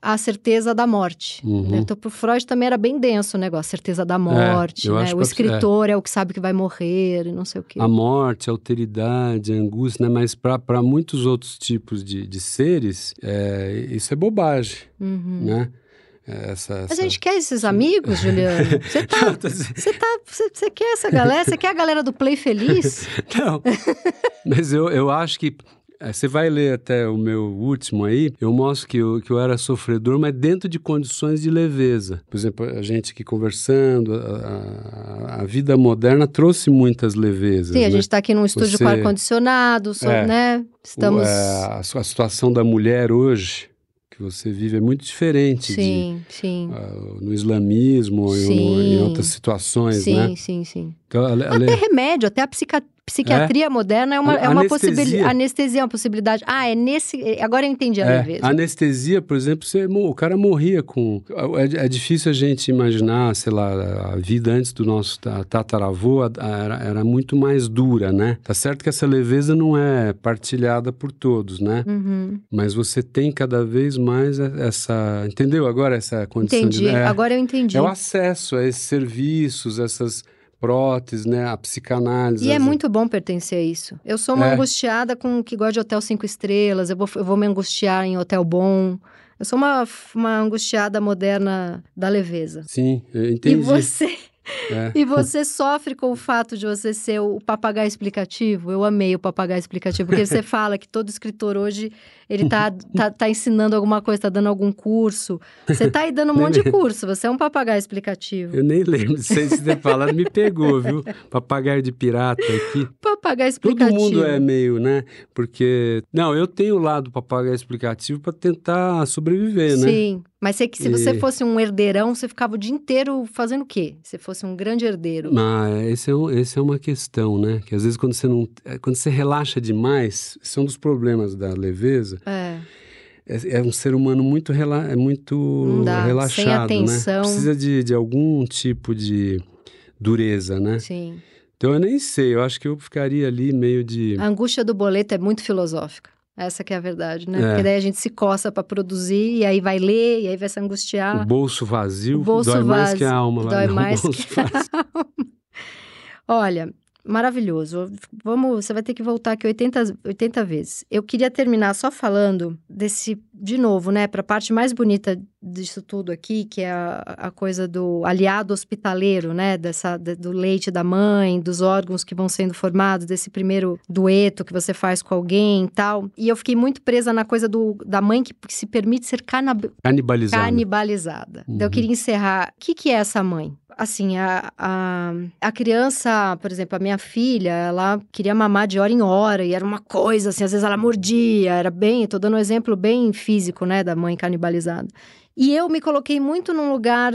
a certeza da morte. Né? Então, pro Freud também era bem denso o negócio, a certeza da morte, né? O escritor é o que sabe que vai morrer e não sei o quê. A morte, a alteridade, a angústia, né? Mas para muitos outros tipos de seres, isso é bobagem, né? A gente quer esses amigos, Juliano? Você quer essa galera? Você quer a galera do Play Feliz? Não, mas eu acho que você vai ler até o meu último aí, eu mostro que eu era sofredor, mas dentro de condições de leveza. Por exemplo, a gente aqui conversando, a vida moderna trouxe muitas levezas. Sim, a gente está aqui num estúdio com ar-condicionado, né? Estamos... A situação da mulher hoje, que você vive, é muito diferente no islamismo ou em outras situações, né? Sim. Então, até remédio, até a psiquiatria moderna é uma possibilidade. Anestesia é uma possibilidade. Agora eu entendi a leveza. Anestesia, por exemplo, o cara morria com... É difícil a gente imaginar, sei lá, a vida antes do nosso tataravô era muito mais dura, né? Tá certo que essa leveza não é partilhada por todos, né? Mas você tem cada vez mais essa... Entendeu agora essa condição? Entendi, agora eu entendi. É o acesso a esses serviços, essas... próteses, né? A psicanálise. E é muito bom pertencer a isso. Eu sou uma angustiada que gosta de hotel 5 estrelas, eu vou me angustiar em hotel bom. Eu sou uma angustiada moderna da leveza. Sim, eu entendi. E você sofre com o fato de você ser o papagaio explicativo? Eu amei o papagaio explicativo, porque você fala que todo escritor hoje, ele tá ensinando alguma coisa, tá dando algum curso. Você tá aí dando um monte de curso, você é um papagaio explicativo. Eu nem lembro, não sei se você falando, me pegou, viu? Papagaio de pirata aqui. Papagaio explicativo. Todo mundo é meio, né? Porque, não, eu tenho o lado papagaio explicativo para tentar sobreviver, né? Sim. Mas se você fosse um herdeirão, você ficava o dia inteiro fazendo o quê? Se fosse um grande herdeiro. Essa é uma questão, né? Que às vezes quando você relaxa demais, esse é um dos problemas da leveza. É um ser humano muito relaxado, sem atenção, né? Precisa de algum tipo de dureza, né? Sim. Então eu nem sei, eu acho que eu ficaria ali meio de... A angústia do boleto é muito filosófica. Essa que é a verdade, né? Porque daí a gente se coça para produzir, e aí vai ler, e aí vai se angustiar. O bolso vazio dói mais que a alma. Dói mais que a alma. Olha, maravilhoso. Você vai ter que voltar aqui 80 vezes. Eu queria terminar só falando de novo, né? Para a parte mais bonita disso tudo aqui, que é a coisa do aliado hospitaleiro, né? Do leite da mãe, dos órgãos que vão sendo formados, desse primeiro dueto que você faz com alguém e tal. E eu fiquei muito presa na coisa da mãe que se permite ser canibalizada. Então eu queria encerrar. O que é essa mãe? Assim, a criança, por exemplo, a minha filha, ela queria mamar de hora em hora, e era uma coisa, assim, às vezes ela mordia, eu tô dando um exemplo bem físico, né, da mãe canibalizada. E eu me coloquei muito num lugar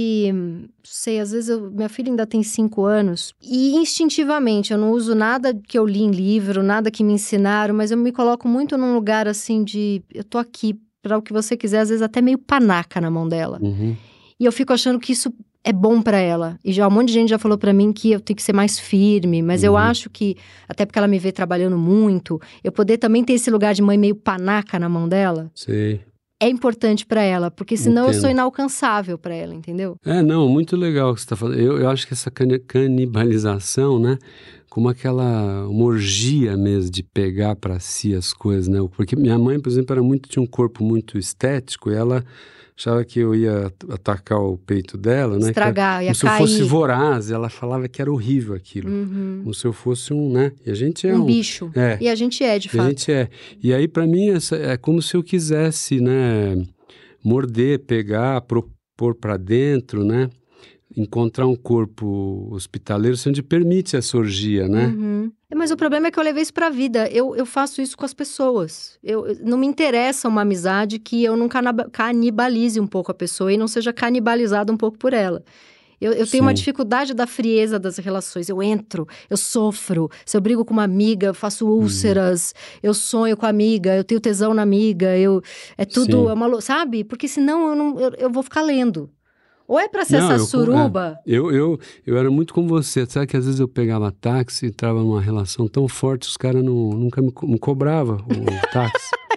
às vezes minha filha ainda tem 5 anos, e instintivamente, eu não uso nada que eu li em livro, nada que me ensinaram, mas eu me coloco muito num lugar, assim, eu tô aqui para o que você quiser, às vezes até meio panaca na mão dela. E eu fico achando que isso é bom pra ela. E já um monte de gente já falou pra mim que eu tenho que ser mais firme. Mas eu acho que, até porque ela me vê trabalhando muito, eu poder também ter esse lugar de mãe meio panaca na mão dela. Sei. É importante pra ela, porque senão eu sou inalcançável pra ela, entendeu? Não, muito legal o que você tá falando. Eu acho que essa canibalização, né? Como uma orgia mesmo de pegar pra si as coisas, né? Porque minha mãe, por exemplo, tinha um corpo muito estético, e ela achava que eu ia atacar o peito dela, né? Estragar, ia cair. Como se eu fosse voraz, ela falava que era horrível aquilo. Como se eu fosse né? E a gente é um bicho. E a gente é, de fato. A gente é. E aí, pra mim, é como se eu quisesse, né? Morder, pegar, pôr pra dentro, né? Encontrar um corpo hospitaleiro, onde permite essa orgia, né? Mas o problema é que eu levei isso pra vida. Eu faço isso com as pessoas. Não me interessa uma amizade que eu não canibalize um pouco a pessoa e não seja canibalizada um pouco por ela. Eu tenho uma dificuldade da frieza das relações. Eu entro, eu sofro. Se eu brigo com uma amiga, eu faço úlceras. Eu sonho com a amiga, eu tenho tesão na amiga. É tudo, sabe? Porque senão eu vou ficar lendo. Ou é pra ser essa suruba? Eu era muito como você. Sabe que às vezes eu pegava táxi e entrava numa relação tão forte, os caras nunca me cobravam o táxi.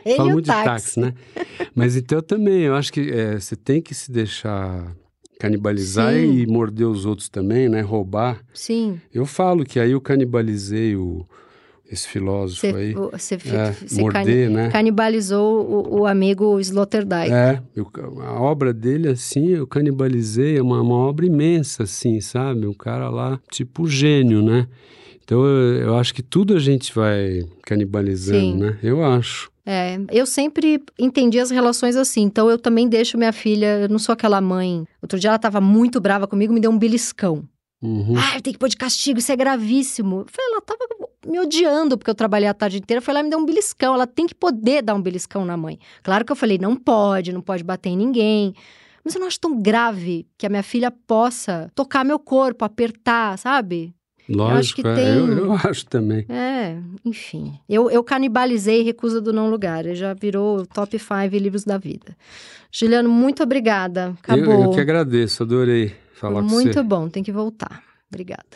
Fala muito de táxi, né? Mas então também, eu acho que você tem que se deixar canibalizar e morder os outros também, né? Roubar. Sim. Eu falo que aí eu canibalizei esse filósofo aí. Você morder, né? Canibalizou o amigo Sloterdijk. A obra dele, assim, eu canibalizei, é uma obra imensa, assim, sabe? Um cara lá, tipo gênio, né? Então, eu acho que tudo a gente vai canibalizando, né? Eu acho. Eu sempre entendi as relações assim, então eu também deixo minha filha, eu não sou aquela mãe. Outro dia ela estava muito brava comigo, me deu um beliscão. Eu tenho que pôr de castigo, isso é gravíssimo. Eu falei, ela tava me odiando porque eu trabalhei a tarde inteira. Eu falei, ela me deu um beliscão, ela tem que poder dar um beliscão na mãe. Claro que eu falei, não pode bater em ninguém. Mas eu não acho tão grave que a minha filha possa tocar meu corpo, apertar, sabe? Lógico, eu acho também. Enfim. Eu canibalizei Recusa do Não Lugar. Já virou o top 5 livros da vida. Juliano, muito obrigada. Acabou. Eu que agradeço, adorei falar com você. Muito bom, tem que voltar. Obrigada.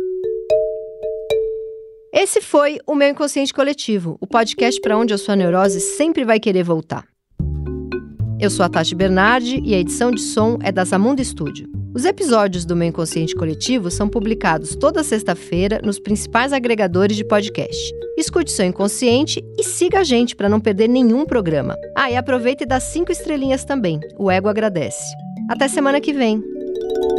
Esse foi o Meu Inconsciente Coletivo, o podcast para onde a sua neurose sempre vai querer voltar. Eu sou a Tati Bernardi e a edição de som é da Zamunda Studio. Os episódios do Meu Inconsciente Coletivo são publicados toda sexta-feira nos principais agregadores de podcast. Escute seu inconsciente e siga a gente para não perder nenhum programa. E aproveita e dá 5 estrelinhas também. O ego agradece. Até semana que vem.